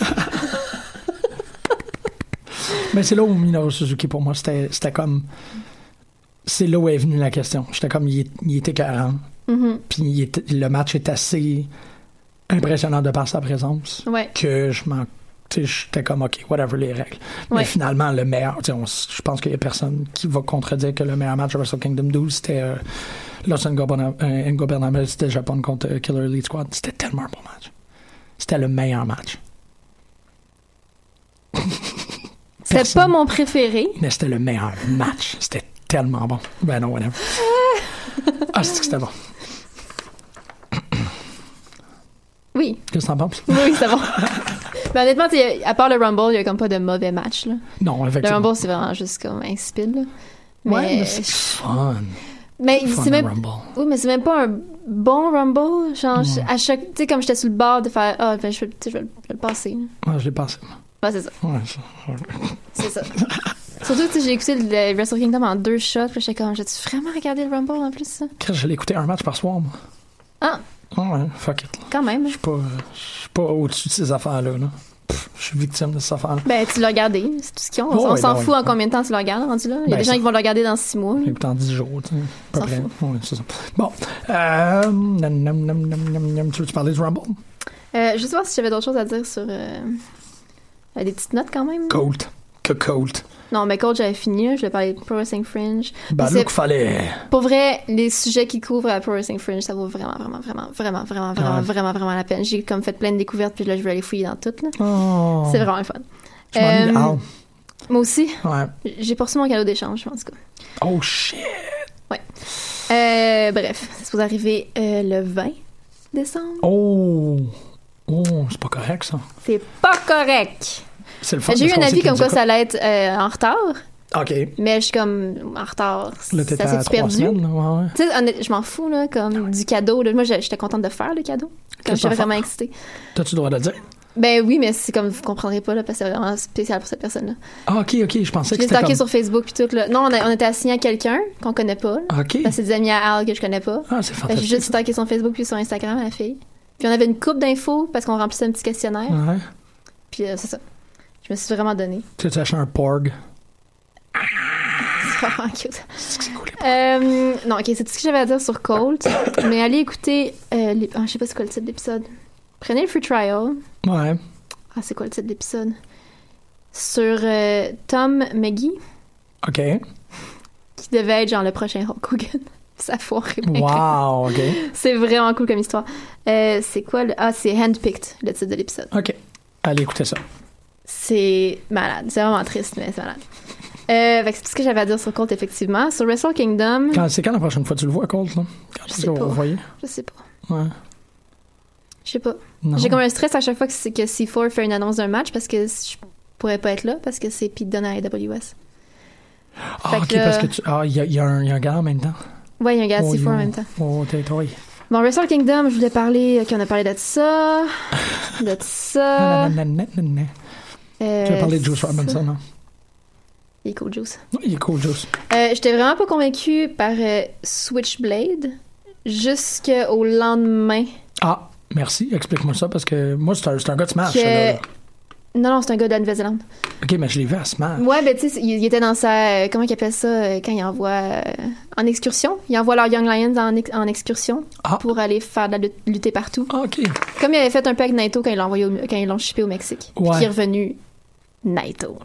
Mais c'est là où Minoru Suzuki, pour moi, c'était comme... C'est là où est venue la question. J'étais comme, il était 40. Mm-hmm. Puis le match est assez... impressionnant de par sa présence que j'étais comme ok, whatever les règles, mais finalement le meilleur, je pense qu'il y a personne qui va contredire que le meilleur match de Wrestle Kingdom 12 c'était Los Ingobernables de Japon contre Killer Elite Squad. C'était tellement un bon match, c'était le meilleur match. C'est pas mon préféré, mais c'était le meilleur match, c'était tellement bon. Ben non, whatever. C'est que c'était bon. Oui. Qu'est-ce que t'en penses? Oui, c'est bon. Mais honnêtement, t'sais, à part le Rumble, il y a comme pas de mauvais match, là. Non, Le effectivement. Rumble, c'est vraiment juste comme insipide, là. Ouais, mais c'est fun. Mais Fun, c'est le même... Rumble. Oui, mais c'est même pas un bon Rumble. Genre, à chaque... Tu sais, comme j'étais sur le bord de faire... Ah, ben, je vais le passer. Ouais, je l'ai passé. Ouais, c'est ça. Ouais, C'est ça. Surtout, tu sais, j'ai écouté le Wrestle Kingdom en 2 shots. Puis j'étais comme, j'ai-tu vraiment regardé le Rumble en plus, ça? je l'ai écouté un match par soir, moi. Ah, Ouais, fuck it. quand même. Je suis pas au-dessus de ces affaires-là. Là. Je suis victime de ces affaires-là. Ben, tu l'as regardé. C'est tout ce qu'ils ont. Ouais, on s'en ben fout ouais. en combien de temps tu le regardes, rendu là. Il y a Ben, des gens ça- qui vont le regarder dans 6 mois. là. J'ai écouté en 10 jours, tu sais. À peu S'en près. fout. Ouais, c'est ça. Bon. Tu veux-tu parler du Rumble? Juste voir si j'avais d'autres choses à dire sur des petites notes quand même. Colt. Que Colt. Non, mais Cold, j'avais fini. Là. Je vais parler de Pro Wrestling Fringe. Ben Puis là c'est- qu'il fallait. Pour vrai, les sujets qu'ils couvrent à Pro Wrestling Fringe, ça vaut vraiment la peine. J'ai comme fait plein de découvertes, puis là, je vais aller fouiller dans tout. Là. Oh. C'est vraiment le fun. Je m'ennuie. Moi aussi, Ouais. j'ai poursuivi mon cadeau d'échange, en tout cas. Oh shit. Bref, c'est supposé arriver le 20 décembre. Oh. Oh, c'est pas correct, ça. C'est pas correct. C'est le fun. J'ai eu parce un qu'on avis sait comme qu'il quoi ça allait être en retard, OK. mais je suis comme en retard. Là, t'étais Ça à s'est 3 perdu. semaines. Là. Ouais, ouais. Tu sais, je m'en fous, là, comme du cadeau. Là. Moi, j'étais contente de faire le cadeau. Comme Qu'est-ce j'étais que t'en vraiment excitée. T'as-tu le droit de le dire? Ben oui, mais c'est comme vous comprendrez pas, là, parce que c'est vraiment spécial pour cette personne-là. Ah, OK. Je pensais Je que l'ai c'était stalké comme... sur Facebook puis tout, là. Non, on était assigné à quelqu'un qu'on connaît pas, là. OK. Parce que c'est des amis à Al que je connais pas. Ah, c'est Fait que fantastique. j'ai juste stalké son Facebook puis son Instagram à la fille. Puis on avait une coupe d'infos parce qu'on remplissait un petit questionnaire. Ouais. Puis c'est ça. Je me suis vraiment donnée. Tu as acheté un Porg. C'est vraiment cute. C'est cool. Non, ok, c'est tout ce que j'avais à dire sur Colt. Mais allez écouter je sais pas c'est quoi le titre de l'épisode. Prenez le free trial. Ouais. Ah, c'est quoi le titre de l'épisode? Sur Tom McGee, OK. qui devait être genre le prochain Hulk Hogan. Ça foiré. Wow, OK. C'est vraiment cool comme histoire. C'est quoi le... Ah, c'est Handpicked, le titre de l'épisode. OK. Allez écouter ça. C'est malade. C'est vraiment triste, mais c'est malade. Fait que c'est tout ce que j'avais à dire sur Colt, effectivement. Sur Wrestle Kingdom, C'est quand la prochaine fois que tu le vois, Colt? Là? Quand Je est-ce sais qu'on va pas. le voyer? je sais pas. Ouais. Je sais pas. Non. J'ai comme un stress à chaque fois que C4 fait une annonce d'un match parce que je pourrais pas être là parce que c'est Pete Dunne à AWS. Ah, Fait OK, que là- parce que tu... Ah, il y a un gars en même temps. Ouais, il y a un gars de Oh, C4 yo. en même temps. Oh, territoire. Bon, Wrestle Kingdom, je voulais parler... OK, on a parlé de ça. De ça. Tu vas parler de Juice Robinson, non? Il est cool, Juice. Il est cool, Juice. J'étais vraiment pas convaincue par Switchblade jusqu'au lendemain. Ah, merci. Explique-moi ça, parce que moi, c'est un gars de Smash, Que- là. Non, c'est un gars de la Nouvelle-Zélande. OK, mais je l'ai vu à Smash. Ouais, ben tu sais, il était dans sa... comment il appelle ça quand il envoie... en excursion. Il envoie leurs Young Lions en excursion Ah. pour aller faire de la lutter partout. Ah, OK. Comme il avait fait un peu avec Naito quand ils l'ont shippé au Mexique. Puis Ouais. qui est revenu Naito.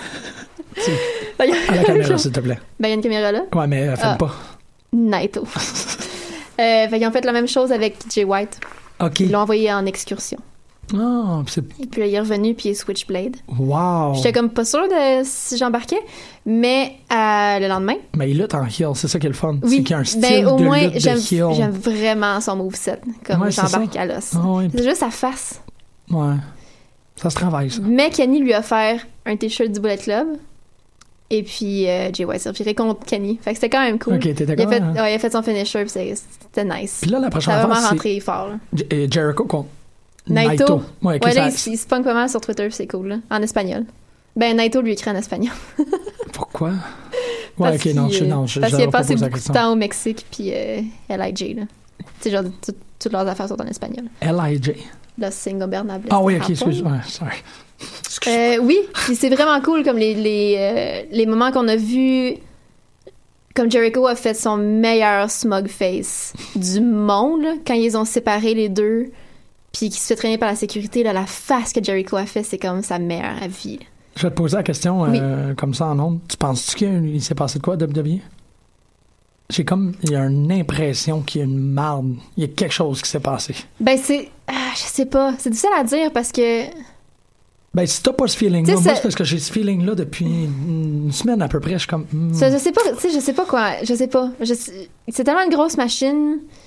À la caméra, s'il te plaît. Ben, il y a une caméra là. Ouais, mais elle filme Ah. pas. Naito. Fait qu'ils ont fait la même chose avec Jay White. OK. Ils l'ont envoyé en excursion. Ah, c'est... Et puis là, il est revenu, puis il est Switchblade. Wow. J'étais comme pas sûre de si j'embarquais, mais le lendemain, Mais il lutte en heel, c'est ça qui est le fun. oui, C'est qu'il y a un style ben, au de moins, lutte de j'aime heel. vraiment son moveset. Comme Ouais, c'est j'embarque ça. à l'os. Ah, ouais. C'est juste sa face. Ouais. Ça se travaille, ça. Mais Kenny lui a offert un t-shirt du Bullet Club. Et puis Jay White s'est reviré contre Kenny. Fait que c'était quand même cool. OK, t'étais Il a, content, fait, hein? ouais, il a fait son finisher, puis c'était nice. Puis là, la Ça prochaine a fois, vraiment c'est rentré fort. là. Jericho contre Naito. Ouais, OK, Ouais, là, ça... il se punk pas mal sur Twitter, puis c'est cool. Là. En espagnol. Ben, Naito lui écrit en espagnol. Pourquoi? Ouais, Parce OK, non, qu'il- je Parce qu'il a j'avais pas passé posé la beaucoup de question. temps au Mexique, puis LIJ, là. Tu sais, genre, toutes leurs affaires sont en espagnol. L.I.J. Los Ingobernables. Ah oui, OK, Japon. excuse-moi. Sorry. Oui, puis c'est vraiment cool, comme les moments qu'on a vus, comme Jericho a fait son meilleur smug face du monde, là, quand ils ont séparé les deux, puis qu'il se fait traîner par la sécurité, là, la face que Jericho a fait, c'est comme sa meilleure à vie. là. Je vais te poser la question Oui. comme ça en ondes. Tu penses-tu qu'il s'est passé de quoi à WWE? Il y a une impression qu'il y a une marde. Il y a quelque chose qui s'est passé. Ben, je sais pas, c'est difficile à dire parce que... Ben, si t'as pas ce feeling-là, Tu sais, moi, ça- c'est parce que j'ai ce feeling-là depuis une semaine à peu près. Je suis comme... Je sais pas, tu sais, je sais pas quoi, je sais pas. C'est tellement une grosse machine,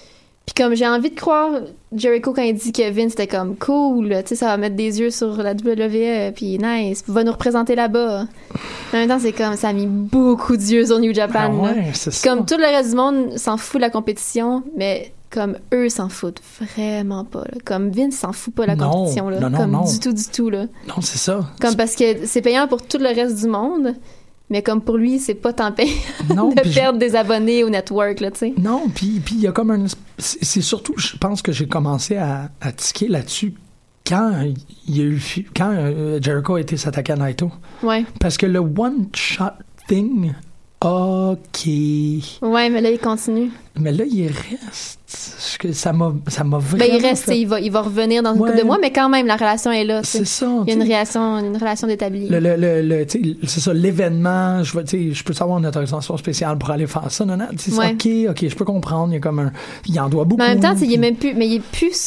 Puis comme j'ai envie de croire Jericho quand il dit que Vince était comme cool, tu sais, ça va mettre des yeux sur la WWE, puis nice, va nous représenter là-bas. En même temps, c'est comme, ça a mis beaucoup d'yeux sur New Japan. Ah ouais, là. c'est ça. Comme tout le reste du monde s'en fout de la compétition, mais comme eux s'en foutent vraiment pas. Là. Comme Vince s'en fout pas de la compétition. Là. Non, comme non. du tout. Là. Non, c'est ça. Comme parce que c'est payant pour tout le reste du monde, mais comme pour lui, c'est pas tant payant de perdre des abonnés au network, là, tu sais. Non, puis il y a comme un... C'est surtout, je pense que j'ai commencé à tiquer là-dessus quand il y a eu... Quand Jericho a été s'attaquer à Naito. Ouais. Parce que le one-shot thing... OK. Ouais, mais là, il continue. Mais là, il reste. Ça m'a vraiment. Ben, il reste, il va revenir dans une couple de mois, mais quand même, la relation est là. C'est ça. Il y a une relation d'établie. C'est ça, l'événement. Je peux savoir une autorisation spéciale pour aller faire ça. Non, OK, je peux comprendre. Il y a comme il en doit beaucoup. Mais en même temps, il est même plus. Mais il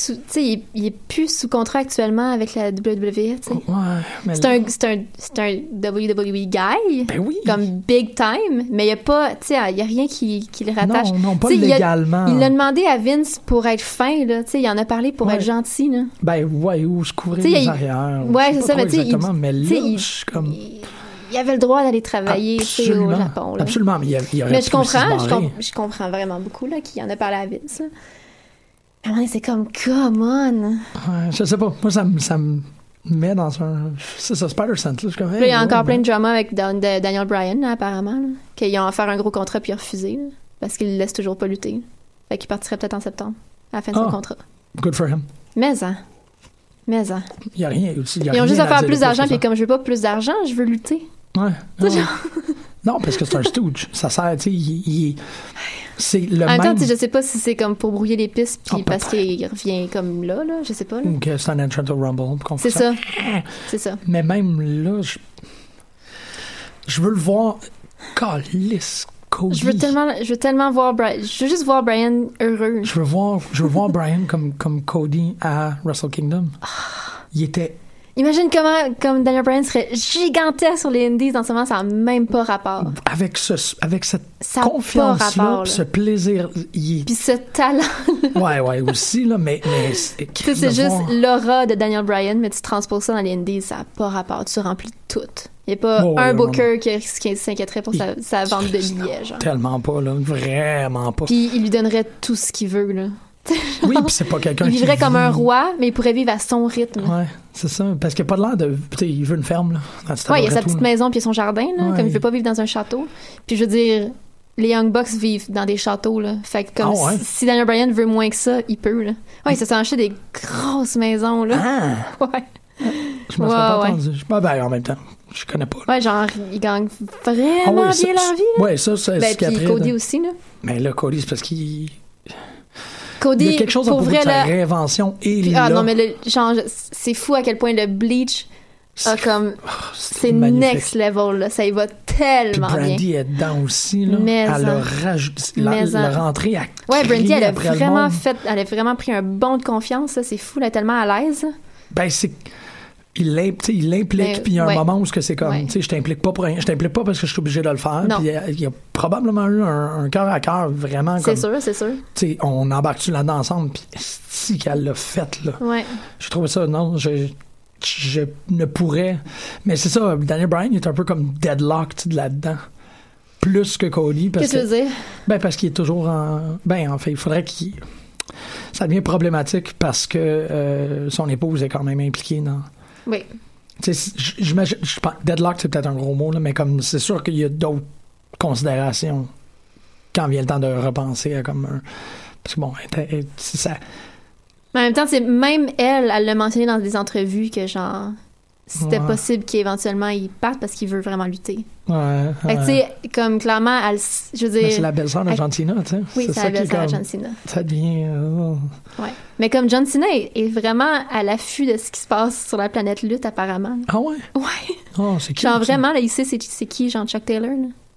est plus sous contrat actuellement avec la WWE. T'sais. Ouais. Mais c'est un WWE guy. Ben oui. Comme big time. Mais il n'y a pas. Tu sais, il n'y a rien qui le rattache. Non, pas légalement. Il l'a demandé à Vince pour être fin, là. Tu sais, il en a parlé pour être gentil, là. Ben, ouais, ou se couvrir les arrières. Ouais, c'est ça, mais tu sais. Mais là, je suis comme. Il avait le droit d'aller travailler au Japon, là. Absolument, mais il aurait mais je comprends vraiment beaucoup, là, qu'il en a parlé à Vince, là. À un moment donné, c'est comme, come on! Ouais, je sais pas. Moi, ça me met dans un... C'est ça, Spider-Sense, là. Il y a encore plein de drama avec Daniel Bryan, là, apparemment, là. Qu'ils ont offert un gros contrat puis il a refusé, là. Parce qu'il le laisse toujours pas lutter. Fait qu'il partirait peut-être en septembre, à la fin de son contrat. Good for him. Mais. Il y a rien aussi. Ils ont juste à faire plus d'argent, puis comme je veux pas plus d'argent, je veux lutter. Ouais. Non, parce que c'est un stooge. Ça sert, tu sais, c'est le même... En même temps, je sais pas si c'est comme pour brouiller les pistes, puis parce qu'il revient comme là, je sais pas. Là. Ou que c'est un entrant au Rumble. C'est ça. C'est ça. Mais même là, je veux le voir calisse. Cody. Je veux tellement voir Brian. Je veux juste voir Brian heureux. Je veux voir Brian comme Cody à Wrestle Kingdom. Il était... Imagine comme Daniel Bryan serait gigantesque sur les Indies en ce moment, ça n'a même pas rapport. Avec cette confiance-là, ce plaisir. Puis ce talent. ouais, aussi, là, mais c'est juste l'aura de Daniel Bryan, mais tu transposes ça dans les Indies, ça n'a pas rapport. Tu remplis tout. Il n'y a pas un booker qui s'inquiéterait pour sa vente de billets, genre. Tellement pas, là. Vraiment pas. Puis il lui donnerait tout ce qu'il veut, là. Oui, puis c'est pas quelqu'un qui... Il vivrait comme un roi, mais il pourrait vivre à son rythme. Ouais, c'est ça. Parce qu'il n'a pas l'air de... Tu sais, il veut une ferme, là. Ouais, il a sa petite maison puis son jardin, là. Comme il veut pas vivre dans un château. Puis je veux dire, les Young Bucks vivent dans des châteaux, là. Fait que comme si Daniel Bryan veut moins que ça, il peut, là. Ouais, il se sont acheté des grosses maisons, là. Ah! Ouais. Je me serais pas entendu. Ben, en même temps, je connais pas. Là. Ouais, genre, ils gagnent vraiment bien leur vie, là. Ouais, ça, c'est puis Cody aussi, là. Mais là, Cody, c'est parce qu'il... Cody, il y a quelque chose à propos de sa réinvention et puis, là... non, mais genre, c'est fou à quel point le Bleach a comme... c'est next level, là. Ça y va tellement bien. Puis Brandy est dedans aussi, là. Mais elle a rajouté... La rentrée à ouais, Brandy, elle a vraiment pris un bond de confiance, là. C'est fou, elle est tellement à l'aise. Ben, c'est... Il l'implique, puis il y a un moment où c'est comme, tu sais, je t'implique pas pour rien, je t'implique pas parce que je suis obligé de le faire, puis il y a probablement eu un cœur à cœur vraiment comme... C'est sûr. Tu sais, on embarque-tu là-dedans ensemble, puis si qu'elle l'a fait, là. Ouais. Je trouve ça, non, je ne pourrais... Mais c'est ça, Daniel Bryan, il est un peu comme deadlocked là-dedans. Plus que Cody. Qu'est-ce que tu veux dire? Ben, parce qu'il est toujours en... Ben, en fait, il faudrait qu'il... Ça devient problématique parce que son épouse est quand même impliquée dans... Oui. J'imagine, deadlock, c'est peut-être un gros mot, là, mais comme c'est sûr qu'il y a d'autres considérations quand vient le temps de repenser à comme un... Parce que bon, c'est ça. Mais en même temps, même elle l'a mentionné dans des entrevues que genre c'était possible qu'éventuellement il parte parce qu'il veut vraiment lutter. Ouais. Fait que tu sais, comme clairement, je veux dire... Mais c'est la belle-sœur de John Cena, tu sais. Oui, c'est la belle-sœur de John Cena. Ça devient... Ouais. Mais comme John Cena est vraiment à l'affût de ce qui se passe sur la planète lutte, apparemment. Ah ouais? Ouais. Oh, c'est qui? Genre vraiment, là, il sait c'est qui, genre Chuck Taylor,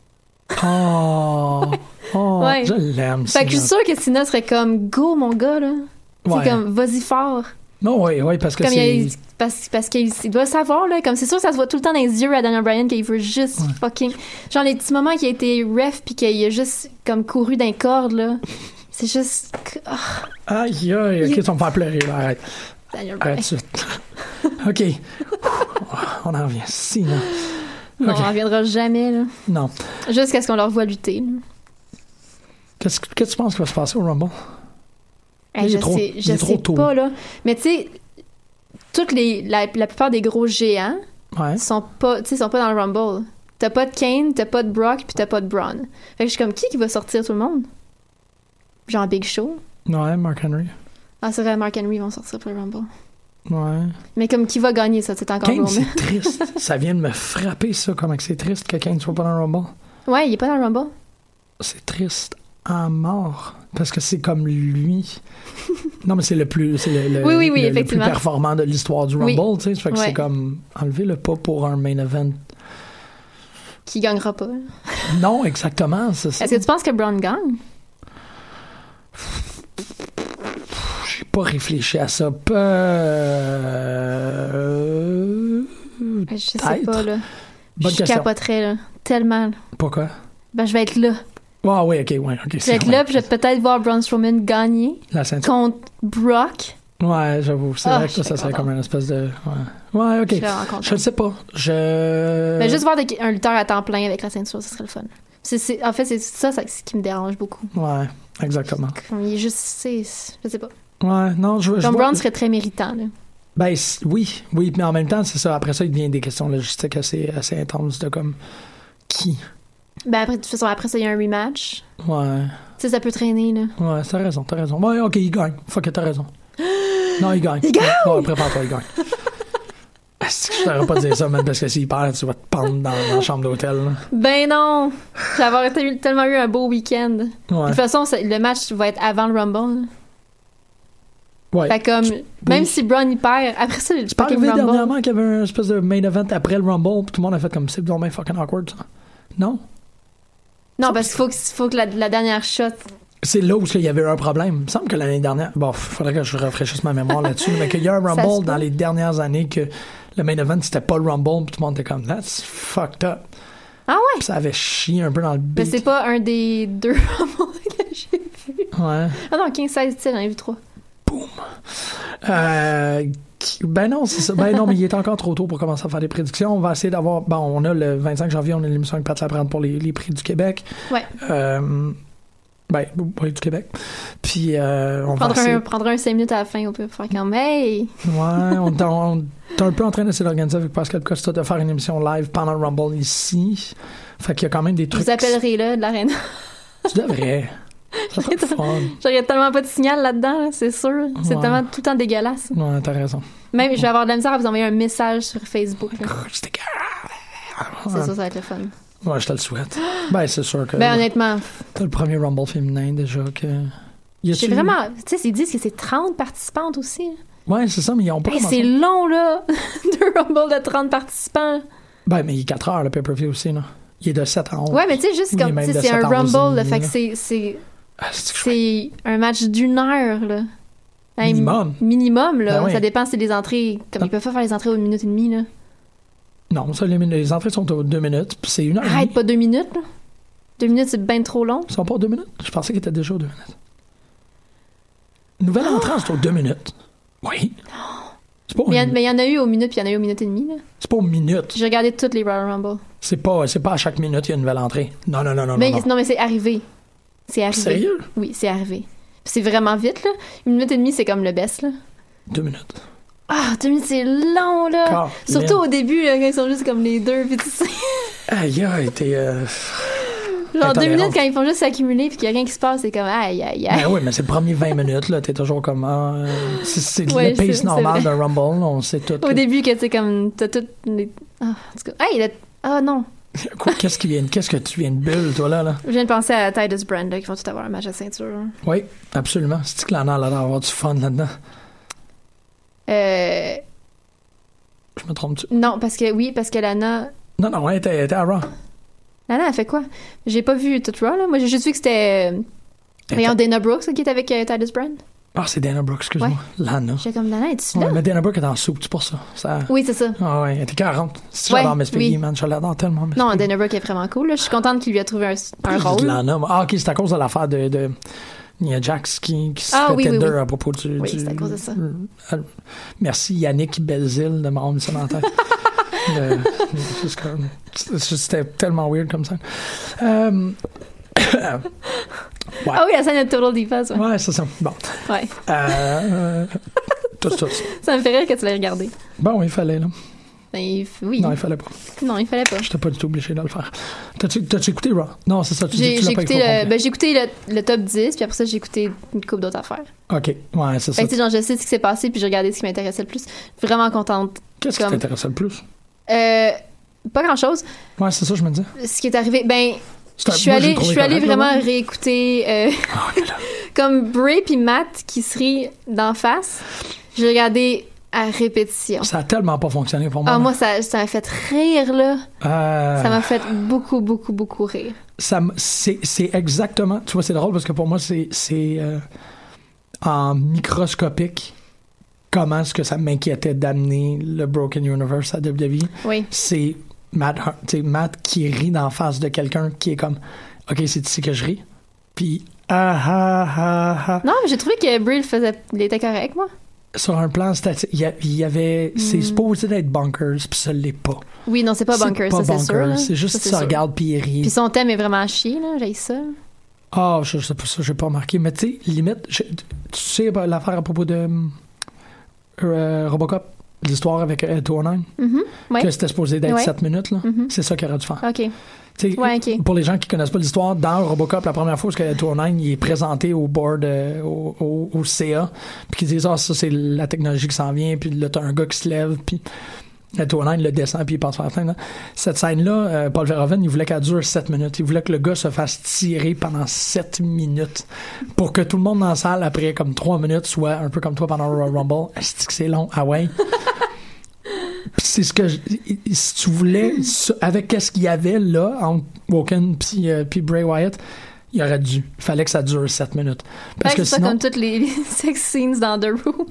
là. Oh, ouais. Je l'aime, Fait que je suis sûre que Cena serait comme, go, mon gars, là. C'est comme, vas-y fort. Non, oui, parce que comme parce qu'il doit savoir, là, comme c'est sûr que ça se voit tout le temps dans les yeux à Daniel Bryan qu'il veut juste fucking... Genre les petits moments qu'il a été ref puis qu'il a juste comme couru d'un corde, là. C'est juste... Aïe, aïe, ok, ça me fait pleurer, là, arrête. Daniel Arrête Bryan. tout de suite. Ok. On en revient. Si, non. Non, Ok. on reviendra jamais, là. Non. Jusqu'à ce qu'on leur voit lutter, là. Qu'est-ce que tu penses qui va se passer au Rumble? Hey, Il est je trop- sais, il je est trop sais tôt. pas, là. Mais tu sais, la plupart des gros géants Ouais. sont pas dans le Rumble. T'as pas de Kane, t'as pas de Brock, puis t'as pas de Braun. Fait que je suis comme, qui va sortir tout le monde? Genre Big Show? Ouais, Mark Henry. Ah, c'est vrai, Mark Henry vont sortir pour le Rumble. Ouais. Mais comme, qui va gagner ça? C'est encore Kane, Roman. c'est triste. Ça vient de me frapper, ça, comment que c'est triste que Kane soit pas dans le Rumble. Ouais, il est pas dans le Rumble. C'est triste à mort. Parce que c'est comme lui. Non, mais c'est le plus. C'est le Oui, le plus effectivement. performant de l'histoire du Oui. Rumble, tu sais. Ça fait que Ouais. c'est comme. Enlever-le pas pour un main event. Qui gagnera pas. Non, exactement, c'est ça. Est-ce que tu penses que Braun gagne? J'ai pas réfléchi à ça. Je sais Peut-être. pas, là. Bonne Je question. capoterais, là. Tellement. Pourquoi? Ben, je vais être là. Ah oui, ok, ouais, ok. Je vais être là, puis je vais peut-être voir Braun Strowman gagner La ceinture. contre Brock. Ouais, j'avoue. C'est Ah, vrai que je ça serais serait contente. comme une espèce de. Ouais, ok. Je serais vraiment contente. Je le sais pas. Mais juste voir un lutteur à temps plein avec la ceinture, ce serait le fun. En fait, c'est ça ce qui me dérange beaucoup. Ouais, exactement. Comme il est juste, je sais pas. Ouais, non, je Tom vois. Brown serait très méritant, là. Ben oui, mais en même temps, c'est ça. Après ça, il devient des questions logistiques assez intenses de comme qui. Ben après, de toute façon, après ça, il y a un rematch. Ouais, Tu sais, ça peut traîner, là. ouais, t'as raison. Ouais, ok, il gagne. Fuck it, t'as raison. Non, il gagne. Il gagne! Ouais, prépare-toi, il gagne. Est-ce que je t'aurais pas dire ça, man, parce que s'il perd, tu vas te pendre dans la chambre d'hôtel. Là. Ben non! J'avais tellement eu un beau week-end. De Ouais. toute façon, le match va être avant le Rumble, là. Ouais. Fait comme, Oui. même si Braun y perd, après ça, le C'est pas fucking arrivé Rumble. dernièrement qu'il y avait un espèce de main event après le Rumble, puis tout le monde a fait comme c'est bien fucking awkward, ça. Non? Non, parce qu'il faut que la dernière shot. C'est là où il y avait eu un problème. Il me semble que l'année dernière. Bon, il faudrait que je rafraîchisse ma mémoire là-dessus, mais qu'il y a un Ça se Rumble peut. dans les dernières années que le main event c'était pas le Rumble, puis tout le monde était comme that's fucked up. Ah ouais? Puis ça avait chié un peu dans le Mais beat. c'est pas un des deux Rumble que j'ai vu. Ouais. Ah non, 15-16 tirs, j'en ai vu 3. Ben non, c'est ça. Ben non, mais il est encore trop tôt pour commencer à faire des prédictions. On va essayer d'avoir. Bon, on a le 25 janvier, on a l'émission avec Pat Laprade pour les prix du Québec. Ouais. Ben, oui, du Québec. Puis, on va essayer. Prendra un 5 minutes à la fin, on peut faire comme hey! Ouais, on est un peu en train d'essayer d'organiser avec Pascal Costa de faire une émission live pendant le Rumble ici. Fait qu'il y a quand même des trucs. Vous appellerez là de l'arène. Tu devrais. Ça serait fun. J'aurais tellement pas de signal là-dedans, là, c'est sûr. C'est Ouais. tellement tout le temps dégueulasse. Ouais, t'as raison. Même, je vais avoir de la misère à vous envoyer un message sur Facebook. Là. C'était C'est sûr, ça va être le fun. Ouais, je te le souhaite. Ben, c'est sûr que. Ben, honnêtement, T'as le premier Rumble féminin déjà que. Y a-tu- j'ai vraiment. Tu sais, ils disent que c'est 30 participantes aussi. Ouais, c'est ça, mais ils ont pas Hey, commencé. c'est long, là! Deux Rumble de 30 participants. Ben, mais il est 4 heures le pay-per-view aussi, là. Il est de 7 à 11. Ouais, mais tu sais, juste Oui, comme. même Tu sais, de c'est un 7 à 11 Rumble, là, et fait demi, que c'est Ah, c'est chouette. c'est un match d'une heure, là. Hey, Minimum. Minimum, là. Ben oui. Ça dépend si les entrées. Comme ils peuvent pas faire les entrées aux 1 minute et demie, là. Non, ça, les entrées sont aux 2 minutes, puis c'est 1 heure. et Arrête, demie. pas 2 minutes, là. 2 minutes, c'est bien trop long. Ils sont pas aux 2 minutes? Je pensais qu'ils étaient déjà aux 2 minutes. Nouvelle entrance, c'est aux 2 minutes. Oui. C'est pas, Mais il y en a eu aux minutes, puis il y en a eu aux minutes et demie, là. c'est pas aux minutes. J'ai regardé toutes les Royal Rumble. C'est pas à chaque minute, il y a une nouvelle entrée. Non. Mais non. non, mais c'est arrivé. C'est arrivé. Sérieux? Oui, c'est arrivé. Puis c'est vraiment vite, là. 1 minute et demie, c'est comme le best, là. 2 minutes. Ah, 2 minutes, c'est long, là. Car, Surtout man. au début, là, quand ils sont juste comme les deux, puis tu sais. Aïe, t'es. Genre 2 Intolérante. minutes, quand ils font juste s'accumuler, puis qu'il n'y a rien qui se passe, c'est comme aïe, aïe, aïe. Ben oui, mais c'est le premier 20 minutes, là. T'es toujours comme. C'est Ouais, le c'est pace normal vrai. d'un Rumble, là, on sait tout. Au début, que tu sais, comme, t'as toutes les. Ah, en tout cas. Hey, ah non. Quoi, qu'est-ce que tu viens de bulle, toi, là? Je viens de penser à Titus Brand, là, qui vont tout avoir un match à ceinture. Hein. Oui, absolument. C'est que Lana a l'air d'avoir du fun là-dedans. Je me trompe-tu? Non, parce que Lana. Non, elle était à Raw. Lana, elle fait quoi? J'ai pas vu tout Raw, là. Moi, j'ai juste vu que c'était. Voyons, Dana Brooks, là, qui était avec Titus Brand. Ah, c'est Dana Brooke, excuse-moi. Ouais. Lana. J'étais comme, Lana, es-tu Ouais, là? mais Dana Brooke est en soupe, c'est pour ça. Oui, c'est ça. Ah ouais, elle était 40. Si Ouais, j'adore Miss Piggy, oui. man, je l'adore tellement, Miss Non, Piggy. Dana Brooke est vraiment cool. Là. Je suis contente qu'il lui a trouvé un rôle. Lana, moi. Ah, ok, c'est à cause de l'affaire de Nia Jax qui se Ah, fait oui, Tinder oui. à propos du... Oui, c'est à cause de ça. Merci Yannick Belzile de m'avoir mis ça dans la tête. C'était tellement weird comme ça. Ouais. Ah oui, la scène de Total Divas, ouais. Ouais, c'est ça. Bon. Ouais. Tout. Ça me fait rire que tu l'aies regardé. Bon, il fallait, là. Ben, oui. Non, il fallait pas. Non, il fallait pas. J'étais pas du tout obligé de le faire. T'as-tu écouté Raw? Non, c'est ça, tu dis que tu l'as pas écouté. J'ai écouté le top 10, puis après ça, j'ai écté une couple d'autres affaires. OK, ouais, c'est ça. Fait que, genre, je sais ce qui s'est passé, puis j'ai regardé ce qui m'intéressait le plus. Vraiment contente. Qu'est-ce qui t'intéressait le plus? Pas grand-chose. Ouais, c'est ça, je me dis. Ce qui est arrivé, ben... Je suis allée vraiment réécouter comme Bray puis Matt qui se rient d'en face. J'ai regardé à répétition. Ça a tellement pas fonctionné pour moi. Ah, moi, ça m'a fait rire, là. Ça m'a fait beaucoup rire. C'est exactement... Tu vois, c'est drôle parce que pour moi, c'est en microscopique comment est-ce que ça m'inquiétait d'amener le Broken Universe à WWE. Oui. C'est Matt qui rit d'en face de quelqu'un qui est comme OK, c'est ici que je ris. Puis Non, mais j'ai trouvé que Bray il était correct, moi. Sur un plan statique, il y avait c'est supposé d'être bonkers, puis ça l'est pas. Oui, non, c'est pas bonkers, ça c'est sûr. Là. C'est juste ça, ça regarde puis il rit. Puis son thème est vraiment à chier, là, j'ai ça. Ah, je sais pas ça, j'ai pas remarqué, mais tu sais, limite, tu sais l'affaire à propos de Robocop, l'histoire avec 209, ouais. que c'était supposé d'être 7 minutes, là. C'est ça qu'il aurait dû faire. OK. Ouais, okay. Pour les gens qui connaissent pas l'histoire, dans Robocop, la première fois que 209 il est présenté au board, au CA, puis qu'ils disent ça c'est la technologie qui s'en vient, puis là t'as un gars qui se lève, puis 209 le descend, puis il passe par la fenêtre. Cette scène-là, Paul Verhoeven, il voulait qu'elle dure 7 minutes. Il voulait que le gars se fasse tirer pendant 7 minutes pour que tout le monde dans la salle, après comme 3 minutes, soit un peu comme toi pendant Royal Rumble. Est-ce que c'est long? Ah ouais? Puis c'est ce que si tu voulais avec qu'est-ce qu'il y avait là entre Woken puis Bray Wyatt, il aurait dû. Il fallait que ça dure 7 minutes. Parce que c'est sinon, pas comme toutes les sex scenes dans The Room.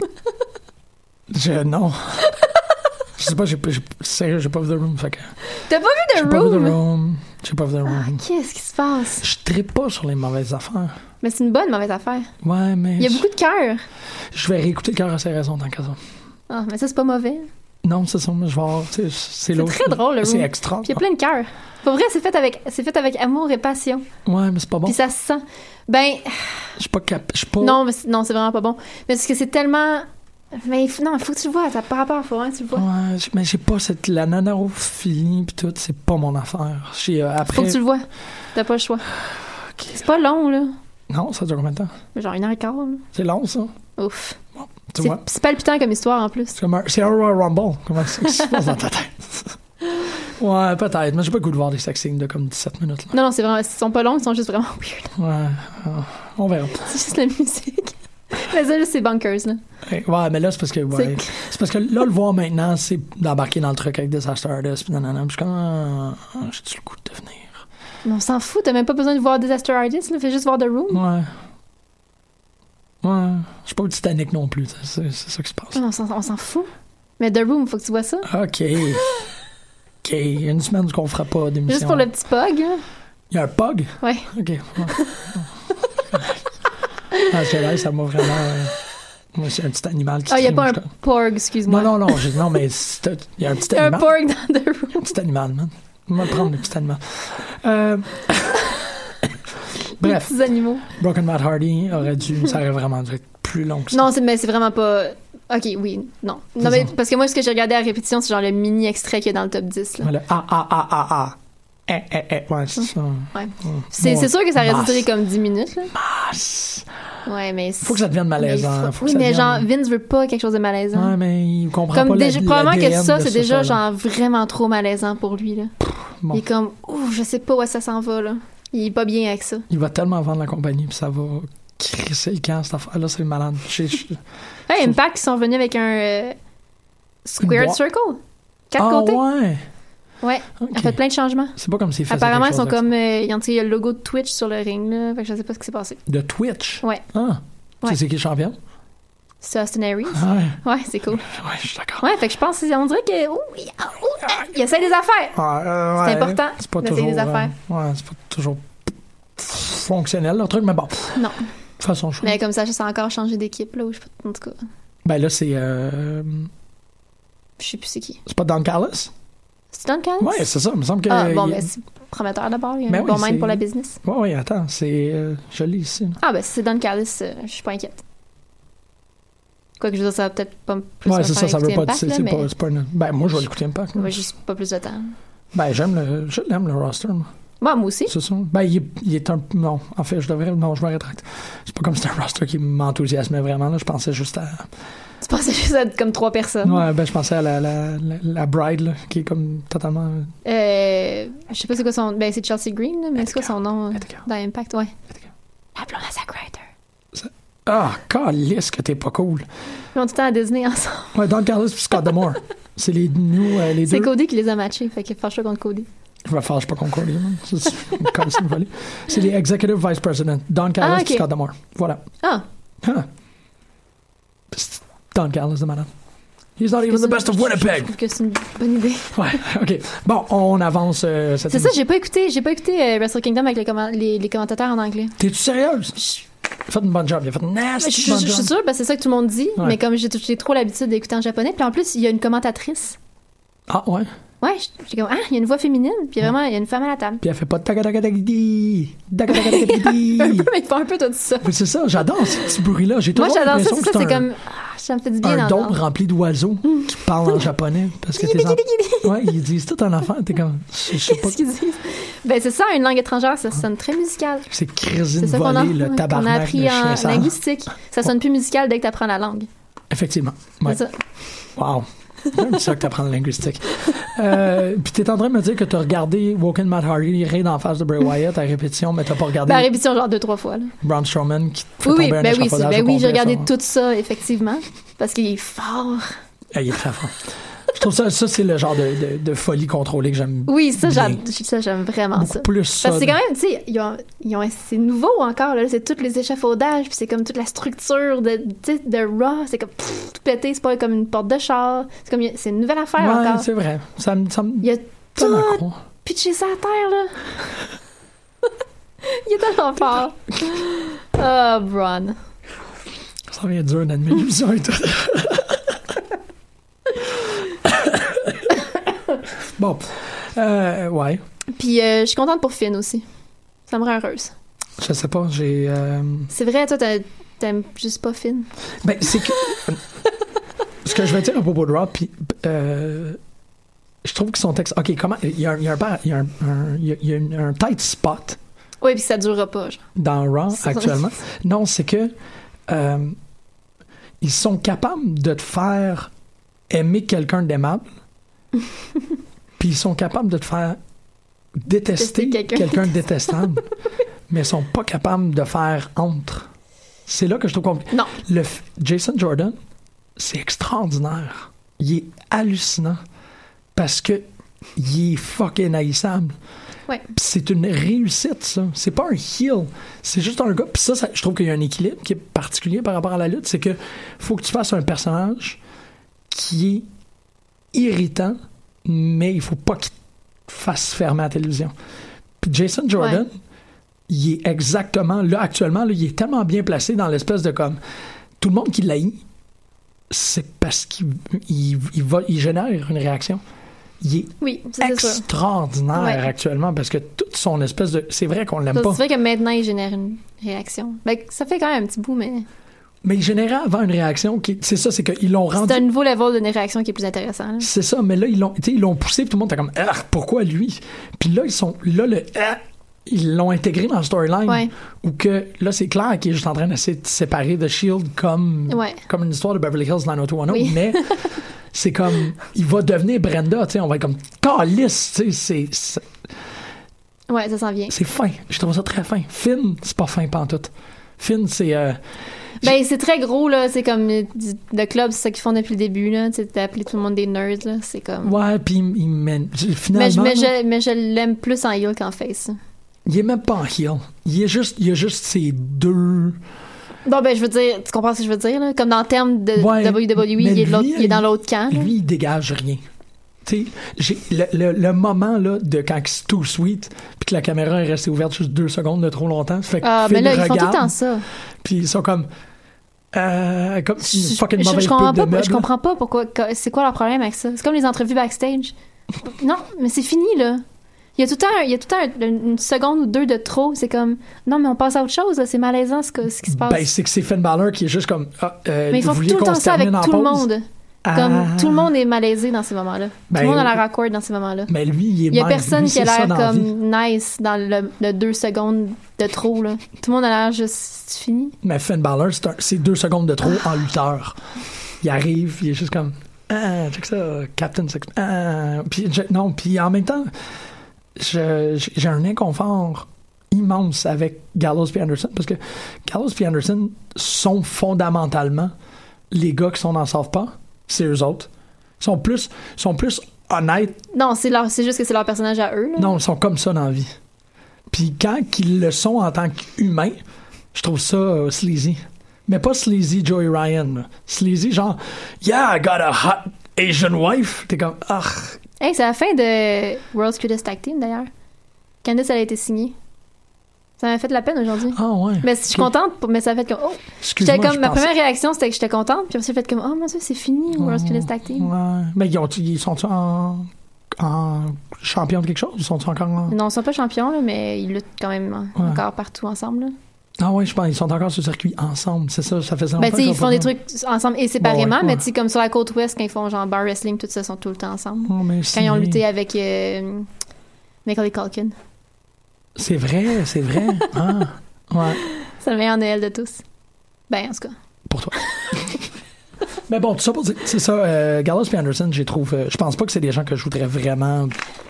Non. Je sais pas, sérieux, j'ai pas vu The Room. Fait que, t'as pas vu The Room? J'ai pas vu The Room. Ah, qu'est-ce qui se passe? Je trippe pas sur les mauvaises affaires. Mais c'est une bonne mauvaise affaire. Ouais, mais... Il y a beaucoup de cœur. Je vais réécouter le cœur à ses raisons tant qu'à ça. Ah, mais ça, c'est pas mauvais. Non, c'est ça, mais je vais voir. C'est très drôle, le Room. C'est extra. Puis il y a plein de cœur. Pour vrai, c'est fait avec amour et passion. Ouais, mais c'est pas bon. Puis ça se sent. Ben... Je suis pas... Non, mais non, c'est vraiment pas bon. Mais parce que c'est tellement... Mais non, il faut que tu le vois, par rapport, faut que tu le vois. Ouais, mais j'ai pas la nanophilie pis tout, c'est pas mon affaire. Après... Faut que tu le vois. T'as pas le choix. Okay. C'est pas long, là. Non, ça dure combien de temps? Genre 1h15, là. C'est long, ça? Ouf. Bon, tu vois. C'est palpitant comme histoire, en plus. C'est un Royal Rumble. Comment ça se passe dans ta tête? Ouais, peut-être, mais j'ai pas le goût de voir des sex scenes de comme 17 minutes, là. Non, c'est vraiment... Ils sont pas longs, ils sont juste vraiment weird. Ouais, on verra. C'est juste la musique. Mais ça, c'est bunkers, là. Ouais, mais là, c'est parce que... Ouais, c'est parce que là, le voir maintenant, c'est d'embarquer dans le truc avec Disaster Artist, puis nanana. Je suis comme... j'ai-tu le goût de devenir... Mais on s'en fout, t'as même pas besoin de voir Disaster Artist, là. Fais juste voir The Room. Ouais. Ouais. Je suis pas au Titanic non plus, c'est ça qui se passe. Non, on s'en fout. Mais The Room, faut que tu vois ça. OK. OK. Il y a une semaine qu'on fera pas d'émission. Juste pour le petit pug, là. Il y a un pug? Ouais. OK. Ouais. Ça m'a vraiment... c'est un petit animal qui... Ah, il n'y a pas un porg, excuse-moi. Non, mais il y a un petit animal. Un porg dans The Room. Un petit animal, man. On va prendre le petit animal. Bref. Les petits animaux. Broken Matt Hardy ça aurait vraiment dû être plus long que ça. Non, mais c'est vraiment pas... OK, oui, non. Non, mais parce que moi, ce que j'ai regardé à répétition, c'est genre le mini-extrait qu'il y a dans le top 10, là. Voilà. Ouais, c'est ça. Ouais. C'est sûr que ça aurait duré comme 10 minutes, là. Ouais, mais... Faut que ça devienne malaisant. Oui, mais genre, Vince veut pas quelque chose de malaisant. Ouais, mais il comprend comme pas probablement que ça, de c'est déjà genre vraiment trop malaisant pour lui, là. Bon. Il est comme, ouf, je sais pas où ça s'en va, là. Il est pas bien avec ça. Il va tellement vendre la compagnie, puis ça va crisser le camp, cette affaire-là, c'est malade. Hey, Impact, ils sont venus avec un Squared Circle. 4 côtés. Ouais. Ouais, okay. On fait plein de changements. C'est pas comme s'ils faisaient apparemment, ils sont comme... il y a le logo de Twitch sur le ring, là. Fait que je sais pas ce qui s'est passé. De Twitch? Ouais. Ah. Ouais. C'est qui le champion? C'est Austin Aries. Ouais. Ouais, c'est cool. Ouais, je suis d'accord. Ouais, fait que je pense on dirait que... il essaie des affaires. C'est important d'essayer des affaires. Ouais, c'est pas toujours fonctionnel, le truc, mais bon. Non. Façon choix. Mais comme ça, ça a encore changé d'équipe, là, ou je sais pas, en tout cas. Ben là, c'est... Je sais plus c'est qui. c'est pas Don Callis? C'est Don Callis? Ouais, c'est ça. Il me semble que... Ben c'est prometteur d'abord. Il y a un bon mind pour la business. Ouais, attends. C'est... je l'ai ici. Là. Ben si c'est Don Callis, je suis pas inquiète. Quoique, je veux dire, ça va peut-être pas plus Ouais, me c'est faire ça. Ça veut écouter pas... Impact, là, c'est pas une... Ben, moi, je vais l'écouter Impact. Ouais, juste pas plus de temps. Ben, je l'aime, le roster, moi. Moi aussi. C'est ça. Ben, il est un... Non, en fait, je me rétracte. C'est pas comme si c'était un roster qui m'enthousiasmait vraiment, là. Je pensais juste à... Tu pensais juste à comme 3 personnes. Ouais, ben, je pensais à la Bride, là, qui est comme totalement... Je sais pas c'est quoi son... Ben, c'est Chelsea Green, là, mais c'est quoi son nom dans Impact, ouais. Appelons-la Zack Ryder. Ah, calisse que t'es pas cool. Ils ont tout le temps à Disney ensemble. Ouais, Don Callis et Scott D'Amore. C'est les deux. C'est Cody qui les a matchés, fait qu'il fâche contre Cody. Je vais faire, je sais pas Concordia, man. C'est les Executive Vice President. Don Callis et Scott D'Amore. Voilà. Ah. Don Callis, de madame. He's not even the best of Winnipeg. Je trouve que c'est une bonne idée. Ouais, OK. Bon, on avance. C'est ça, j'ai pas écouté Wrestle Kingdom avec les commentateurs en anglais. T'es-tu sérieuse? Il a fait une bonne job. Il a fait une nasty bonne job. Je suis sûre, parce que c'est ça que tout le monde dit, mais comme j'ai trop l'habitude d'écouter en japonais, puis en plus, il y a une commentatrice. Ah, ouais? Ouais, j'ai comme, il y a une voix féminine, puis vraiment, il y a une femme à la table. Puis elle fait pas tagadagadi. Dagadagadi. Un peu, mais il fait un peu tout ça. Oui, c'est ça, j'adore ces petits bruits-là. Moi, j'adore ça, c'est comme, ça me fait du bien un dôme rempli d'oiseaux qui parlent en japonais. Parce que ouais, ils disent tout en enfant. T'es comme, je sais pas. Qu'est-ce qu'ils disent? Ben, c'est ça, une langue étrangère, ça sonne très musical. C'est crisine volée, le tabarnak, on a appris en linguistique. Ça sonne plus musical dès que t'apprends la langue. Effectivement. Ouais. C'est ça. Wow. C'est ça que t'apprends la linguistique. Puis t'es en train de me dire que t'as regardé Woken Matt Hardy rire d'en face de Bray Wyatt à répétition, mais t'as pas regardé... Ben, à répétition, genre 2-3 fois. Là. Braun Strowman qui fait tomber un échafaudage. Oui, j'ai regardé tout ça, effectivement, parce qu'il est fort. Il est très fort. Je trouve ça c'est le genre de folie contrôlée que j'aime. Oui, ça j'aime vraiment beaucoup ça. Plus ça. Parce que c'est quand même, tu sais, c'est nouveau encore, là, c'est tous les échafaudages, puis c'est comme toute la structure de Raw, c'est comme tout pété, c'est pas comme une porte de char, c'est une nouvelle affaire encore. Ouais, c'est vrai. Ça me il y a tout pitché ça à terre, là. Il est tellement fort. Oh, Braun. Ça vient dur d'admettre l'émission et tout. Bon, ouais. Puis je suis contente pour Finn aussi. Ça me rend heureuse. Je sais pas, j'ai... C'est vrai, toi, t'aimes juste pas Finn? Ben, c'est que... ce que je vais dire à propos de Raw, puis... je trouve que son texte... OK, comment... Il y a un tight spot. Oui, puis ça durera pas, genre. Dans Raw, actuellement. Non, c'est que... ils sont capables de te faire aimer quelqu'un d'aimable, puis ils sont capables de te faire détester quelqu'un de détestable, mais ils sont pas capables de faire entre. C'est là que je trouve compliqué. Non. Jason Jordan, c'est extraordinaire. Il est hallucinant parce que il est fucking haïssable. Ouais. Pis c'est une réussite, ça. C'est pas un heel. C'est juste un gars. Puis ça, je trouve qu'il y a un équilibre qui est particulier par rapport à la lutte. C'est que faut que tu fasses un personnage qui est irritant, mais il faut pas qu'il te fasse fermer la télévision. Puis Jason Jordan, il est exactement, là, actuellement, là, il est tellement bien placé dans l'espèce de comme... Tout le monde qui l'haït, c'est parce qu'il génère une réaction. Il est extraordinaire actuellement parce que toute son espèce de... C'est vrai qu'on l'aime pas. C'est vrai que maintenant, il génère une réaction. Ben, ça fait quand même un petit bout, mais... Mais il générait avant une réaction qui... C'est ça, c'est qu'ils l'ont rendu... C'est un nouveau level de réaction qui est plus intéressant. Là. C'est ça, mais là, ils l'ont poussé, puis tout le monde était comme « Ah, pourquoi lui? » Puis là, ils l'ont intégré dans le storyline. Ouais. Où que, là, c'est clair qu'il est juste en train d'essayer de se séparer de S.H.I.E.L.D. comme une histoire de Beverly Hills 90210. Oui. Mais c'est comme... Il va devenir Brenda, tu sais, on va être comme « Calice! » Tu sais, c'est... Ouais, ça s'en vient. C'est fin. Je trouve ça très fin. Finn, c'est pas fin pantoute. Finn, c'est... Ben, c'est très gros, là. C'est comme le club, c'est ça qu'ils font depuis le début, là. Tu sais, d'appeler tout le monde des nerds, là. C'est comme... Ouais, puis il mène... Finalement... Mais je l'aime plus en heel qu'en face. Il est même pas en heel. Il y a juste ces deux... Bon, ben, je veux dire... Tu comprends ce que je veux dire, là? Comme dans le terme de WWE, il est dans l'autre camp, là. Lui, il dégage rien. Tu sais, le moment, là, de quand c'est too sweet, puis que la caméra est restée ouverte juste 2 secondes de trop longtemps, fait que mais là, ils font tout le temps ça. Puis ils sont comme une fucking Je mauvaise comprends pub de pas, meubles. je comprends pas pourquoi. C'est quoi leur problème avec ça? C'est comme les entrevues backstage. Non, mais c'est fini, là. Il y a tout le temps une seconde ou deux de trop. C'est comme, non, mais on passe à autre chose, là. C'est malaisant ce qui se passe. Ben, c'est que c'est Finn Balor qui est juste comme. Mais ils font tout le temps ça avec tout le monde. Comme tout le monde est malaisé dans ces moments-là. Ben, tout le monde a l'air awkward dans ces moments-là. Mais lui, il est Il y a même. personne Lui, qui a c'est ça l'air dans la vie. comme nice dans le 2 secondes de trop, là. Tout le monde a l'air juste fini. Mais Finn Balor, c'est 2 secondes de trop en lutteur. Il arrive, il est juste comme. Check ça, Captain Six. Puis en même temps, j'ai un inconfort immense avec Gallows et Anderson parce que Gallows et Anderson sont fondamentalement les gars qui sont dans Southpaw, c'est eux autres. Ils sont plus honnêtes. Non, c'est juste que c'est leur personnage à eux, là. Non, ils sont comme ça dans la vie. Puis quand ils le sont en tant qu'humains, je trouve ça sleazy. Mais pas sleazy Joey Ryan. Là. Sleazy genre, yeah, I got a hot Asian wife. T'es comme, ah. Hey, c'est la fin de World's Cutest Tag Team, d'ailleurs. Candice, elle a été signée. Ça m'a fait de la peine aujourd'hui. Ah ouais. Mais je suis contente, mais ça a fait comme, oh. Excuse-moi, J'étais comme, je ma pensais- première réaction, c'était que j'étais contente, puis après, j'ai fait comme, oh mon Dieu, c'est fini, World's Cutest Tag Team. Ouais. Mais ils sont en champion de quelque chose? Ils sont encore en... Non, ils sont pas champions, là, mais ils luttent quand même encore partout ensemble, là. Ah ouais, je pense qu'ils sont encore sur le circuit ensemble. C'est ça, ça fait ça. Ben, tu sais, ils font des trucs ensemble et séparément, ouais. mais tu sais, comme sur la côte ouest, quand ils font genre bar wrestling, tout ça, ils sont tout le temps ensemble. Oh, mais Quand ils ont lutté avec Macaulay Culkin. C'est vrai. Ah, ouais, C'est le meilleur Noël de tous. Ben, en tout cas. pour toi. Mais bon, tout ça pour dire, c'est ça, Gallows et Anderson, je pense pas que c'est des gens que je voudrais vraiment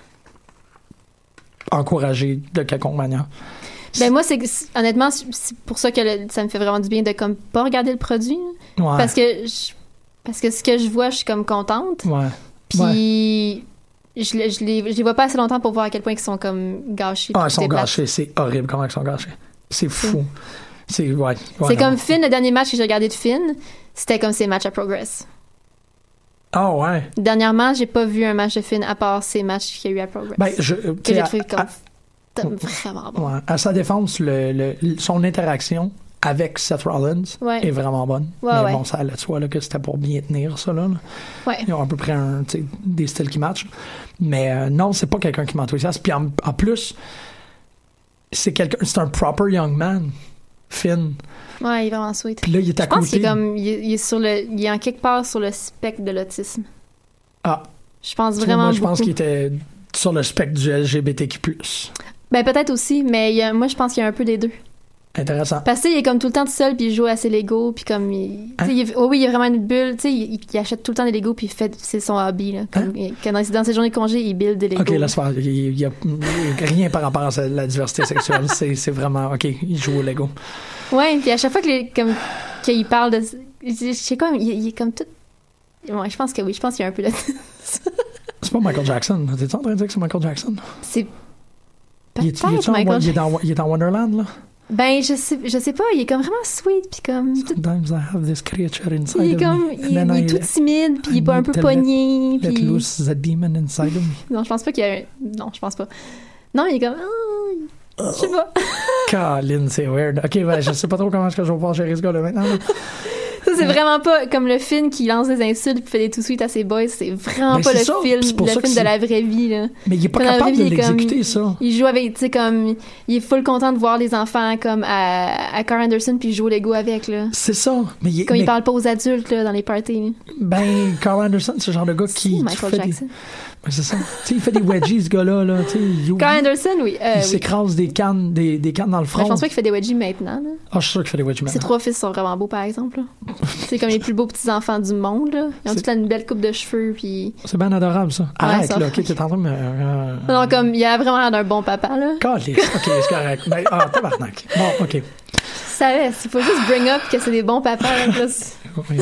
encourager de quelconque manière. Ben, moi, honnêtement, c'est pour ça que ça me fait vraiment du bien de comme pas regarder le produit. Là. Ouais. Parce que ce que je vois, je suis comme contente. Ouais. Puis je les vois pas assez longtemps pour voir à quel point ils sont comme gâchés. Ah, puis ils sont c'est plate. gâchés. C'est horrible comment ils sont gâchés. C'est fou. C'est C'est comme Finn, le dernier match que j'ai regardé de Finn, c'était comme ses matchs à Progress. Ah ouais. Dernièrement, j'ai pas vu un match de Finn à part ces matchs qu'il y a eu à Progress. Ben, que j'ai trouvé comme vraiment bon. Ouais. À sa défense, son interaction avec Seth Rollins Ouais. est vraiment bonne. Ouais, mais ouais. bon, ça allait de soi là, que c'était pour bien tenir ça. Là. Ouais. Ils ont à peu près des styles qui matchent. Mais non, c'est pas quelqu'un qui m'enthousiasme. Puis en plus, c'est un proper young man. Finn. Ouais, il est vraiment sweet. Puis là, il est à Je pense côté. qu'il est comme il est en quelque part sur le spectre de l'autisme. Ah. Je pense Tu vois, vraiment moi, je beaucoup. pense qu'il était sur le spectre du LGBTQ+. Ben peut-être aussi, mais moi je pense qu'il y a un peu des deux. Intéressant. Parce que il est comme tout le temps tout seul puis il joue à ses Lego puis comme Hein? oui, il y a vraiment une bulle, tu sais, il achète tout le temps des Lego puis c'est son hobby là. Comme, dans ses journées de congé, il build des Lego. OK, laisse faire. Il y a rien par rapport à la diversité sexuelle. C'est vraiment... OK, il joue au Lego. Ouais, puis à chaque fois qu'il parle de je sais quoi, il est comme tout. Ouais, je pense que oui, je pense qu'il y a un peu de C'est pas Michael Jackson. T'es-tu en train de dire que c'est Michael Jackson? c'est Il est dans Wonderland, là? Ben, je sais pas, il est comme vraiment sweet, puis comme... Sometimes I have this creature inside Il est of comme... me. Il est tout timide, puis il est pas un peu pogné, Let puis... loose the demon inside of me. Non, je pense pas qu'il y a un... Non, je pense pas. Non, il est comme... je sais pas. Colin, c'est weird. OK, ben, je sais pas trop comment est-ce que je vais pouvoir gérer ce gars-là maintenant. Là. Ça, c'est vraiment pas comme le film qui lance des insultes puis fait des tout suite à ses boys. C'est vraiment Ben, pas c'est le ça, film, c'est pour ça que de la vraie vie, là. Mais il est pas Dans la capable vraie de vie, il est comme- l'exécuter, ça. Il joue avec, tu sais, comme... Il est full content de voir les enfants, comme, à Carl Anderson, puis il joue au Lego avec, là. C'est ça. Mais Comme mais- il parle pas aux adultes, là, dans les parties. Ben, Carl Anderson, c'est le genre de gars qui Michael fait Jackson. Ben, c'est ça. Tu sais, il fait des wedgies, ce gars-là. Là. Tu sais, Carl Anderson, oui. il Oui. s'écrase des cannes dans le Ben, front. je pense pas qu'il fait des wedgies maintenant, là. Ah, je suis sûr qu'il fait des wedgies Ses maintenant. 3 fils sont vraiment beaux, par exemple, là. C'est comme les plus beaux petits-enfants du monde, là. Ils ont C'est- toute une belle coupe de cheveux, puis... C'est bien adorable, ça. Arrête, ça. là. OK, t'es en train de me... Non, comme, il a vraiment l'air d'un bon papa, là. Calisse. OK, c'est correct. Ben, tabarnak. Bon, OK. Tu savais, il faut juste bring up que c'est des bons papas, là. Oui,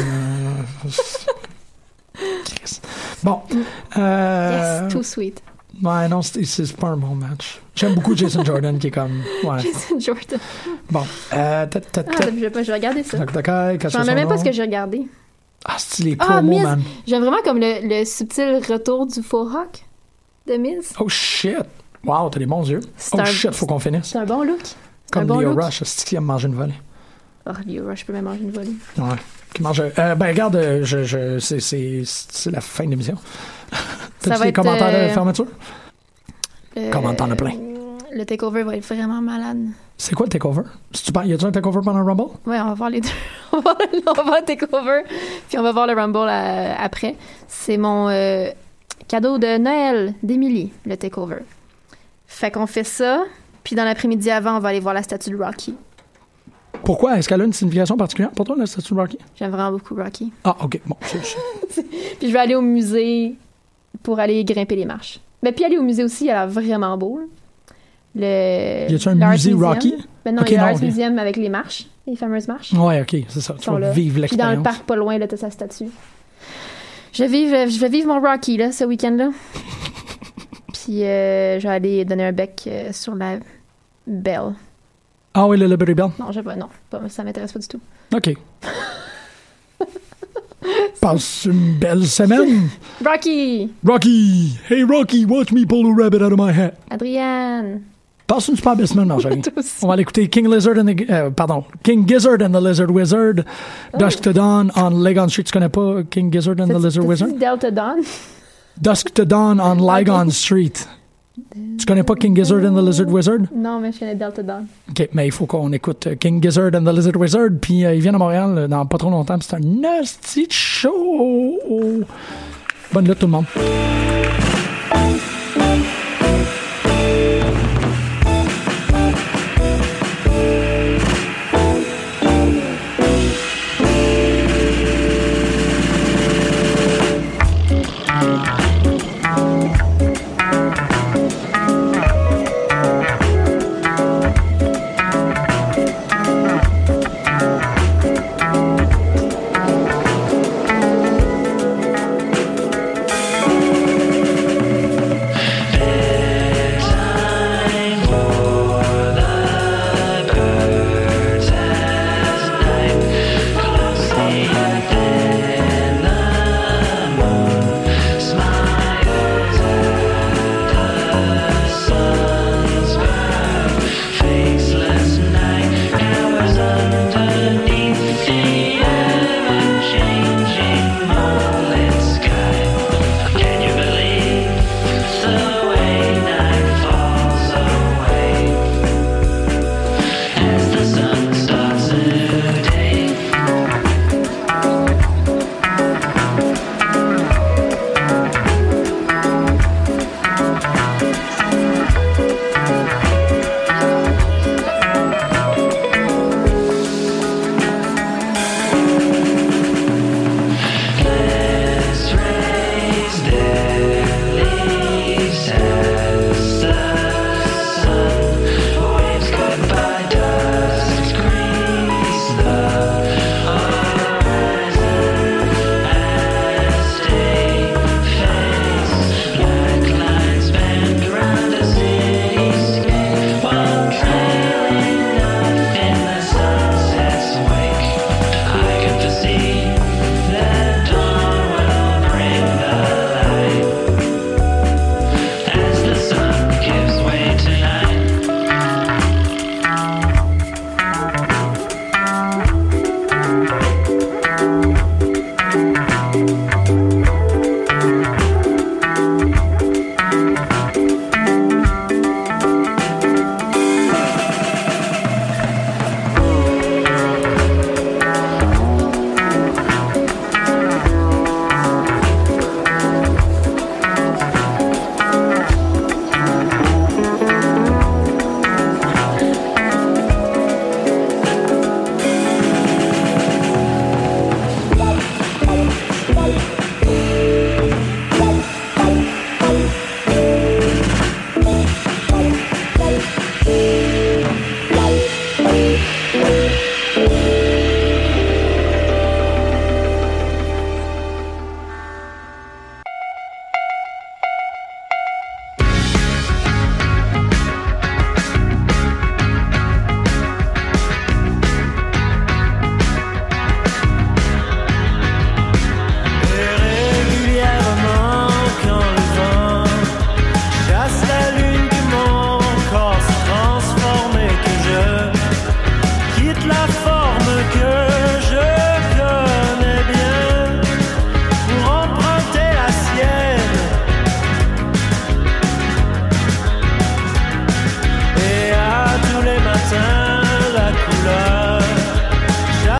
Chris. Bon. Yes, too sweet. Ouais, non, c'est pas un bon match. J'aime beaucoup Jason Jordan, qui est comme... Ouais. Jason Jordan. Bon. Ah, je vais regarder ça. Je Je me rappelle même pas ce que j'ai regardé. Ah, c'est les Ah, promos, Miz. man. J'aime vraiment comme le subtil retour du faux rock de Miz. Oh, shit. Wow, t'as des bons yeux. C'est Oh, un- shit, faut qu'on finisse. C'est un bon look. C'est un Comme bon Leo look. Rush, c'est qui a mangé une volée. Oh, Leo Rush, je peux même manger une volée. Ouais. Qui mange. Ben, regarde, c'est la fin de l'émission. T'as-tu des commentaires de fermeture? Comment t'en as plein? Le takeover va être vraiment malade. C'est quoi le takeover? Y a-tu un takeover pendant le Rumble? Ouais, on va voir les deux. on va voir le takeover, puis on va voir le Rumble après. C'est mon cadeau de Noël d'Émilie, le takeover. Fait qu'on fait ça, puis dans l'après-midi avant, on va aller voir la statue de Rocky. Pourquoi? Est-ce qu'elle a une signification particulière pour toi, la statue de Rocky? J'aime vraiment beaucoup Rocky. Ah, OK. Bon. Puis je vais aller au musée pour aller grimper les marches. Mais puis aller au musée aussi, il a l'air vraiment beau. Y a-tu un musée Rocky? Ben non, il y a l'Art Museum avec les marches, les fameuses marches. Ouais, OK, c'est ça. Tu vas vivre l'expérience. Puis dans le parc pas loin, là, t'as sa statue. Je vais vivre mon Rocky, là, ce week-end-là. Puis je vais aller donner un bec sur la Belle. Ah oui, le Liberty Bell? Non, ça m'intéresse pas du tout. OK. Passe une belle semaine. Rocky! Hey Rocky, watch me pull a rabbit out of my hat. Adrienne! Passe une super belle semaine, Marjorie. On va aller écouter King Gizzard and the Lizard Wizard. Dusk to Dawn on Lygon Street. Tu connais pas King Gizzard and the Lizard Wizard? Delta Dawn? Dusk to Dawn on Lygon Street. Tu connais pas King Gizzard and the Lizard Wizard? Non, mais je connais Delta Dawn. OK, mais il faut qu'on écoute King Gizzard and the Lizard Wizard, puis ils viennent à Montréal dans pas trop longtemps, puis c'est un nasty show! Bonne lutte tout le monde!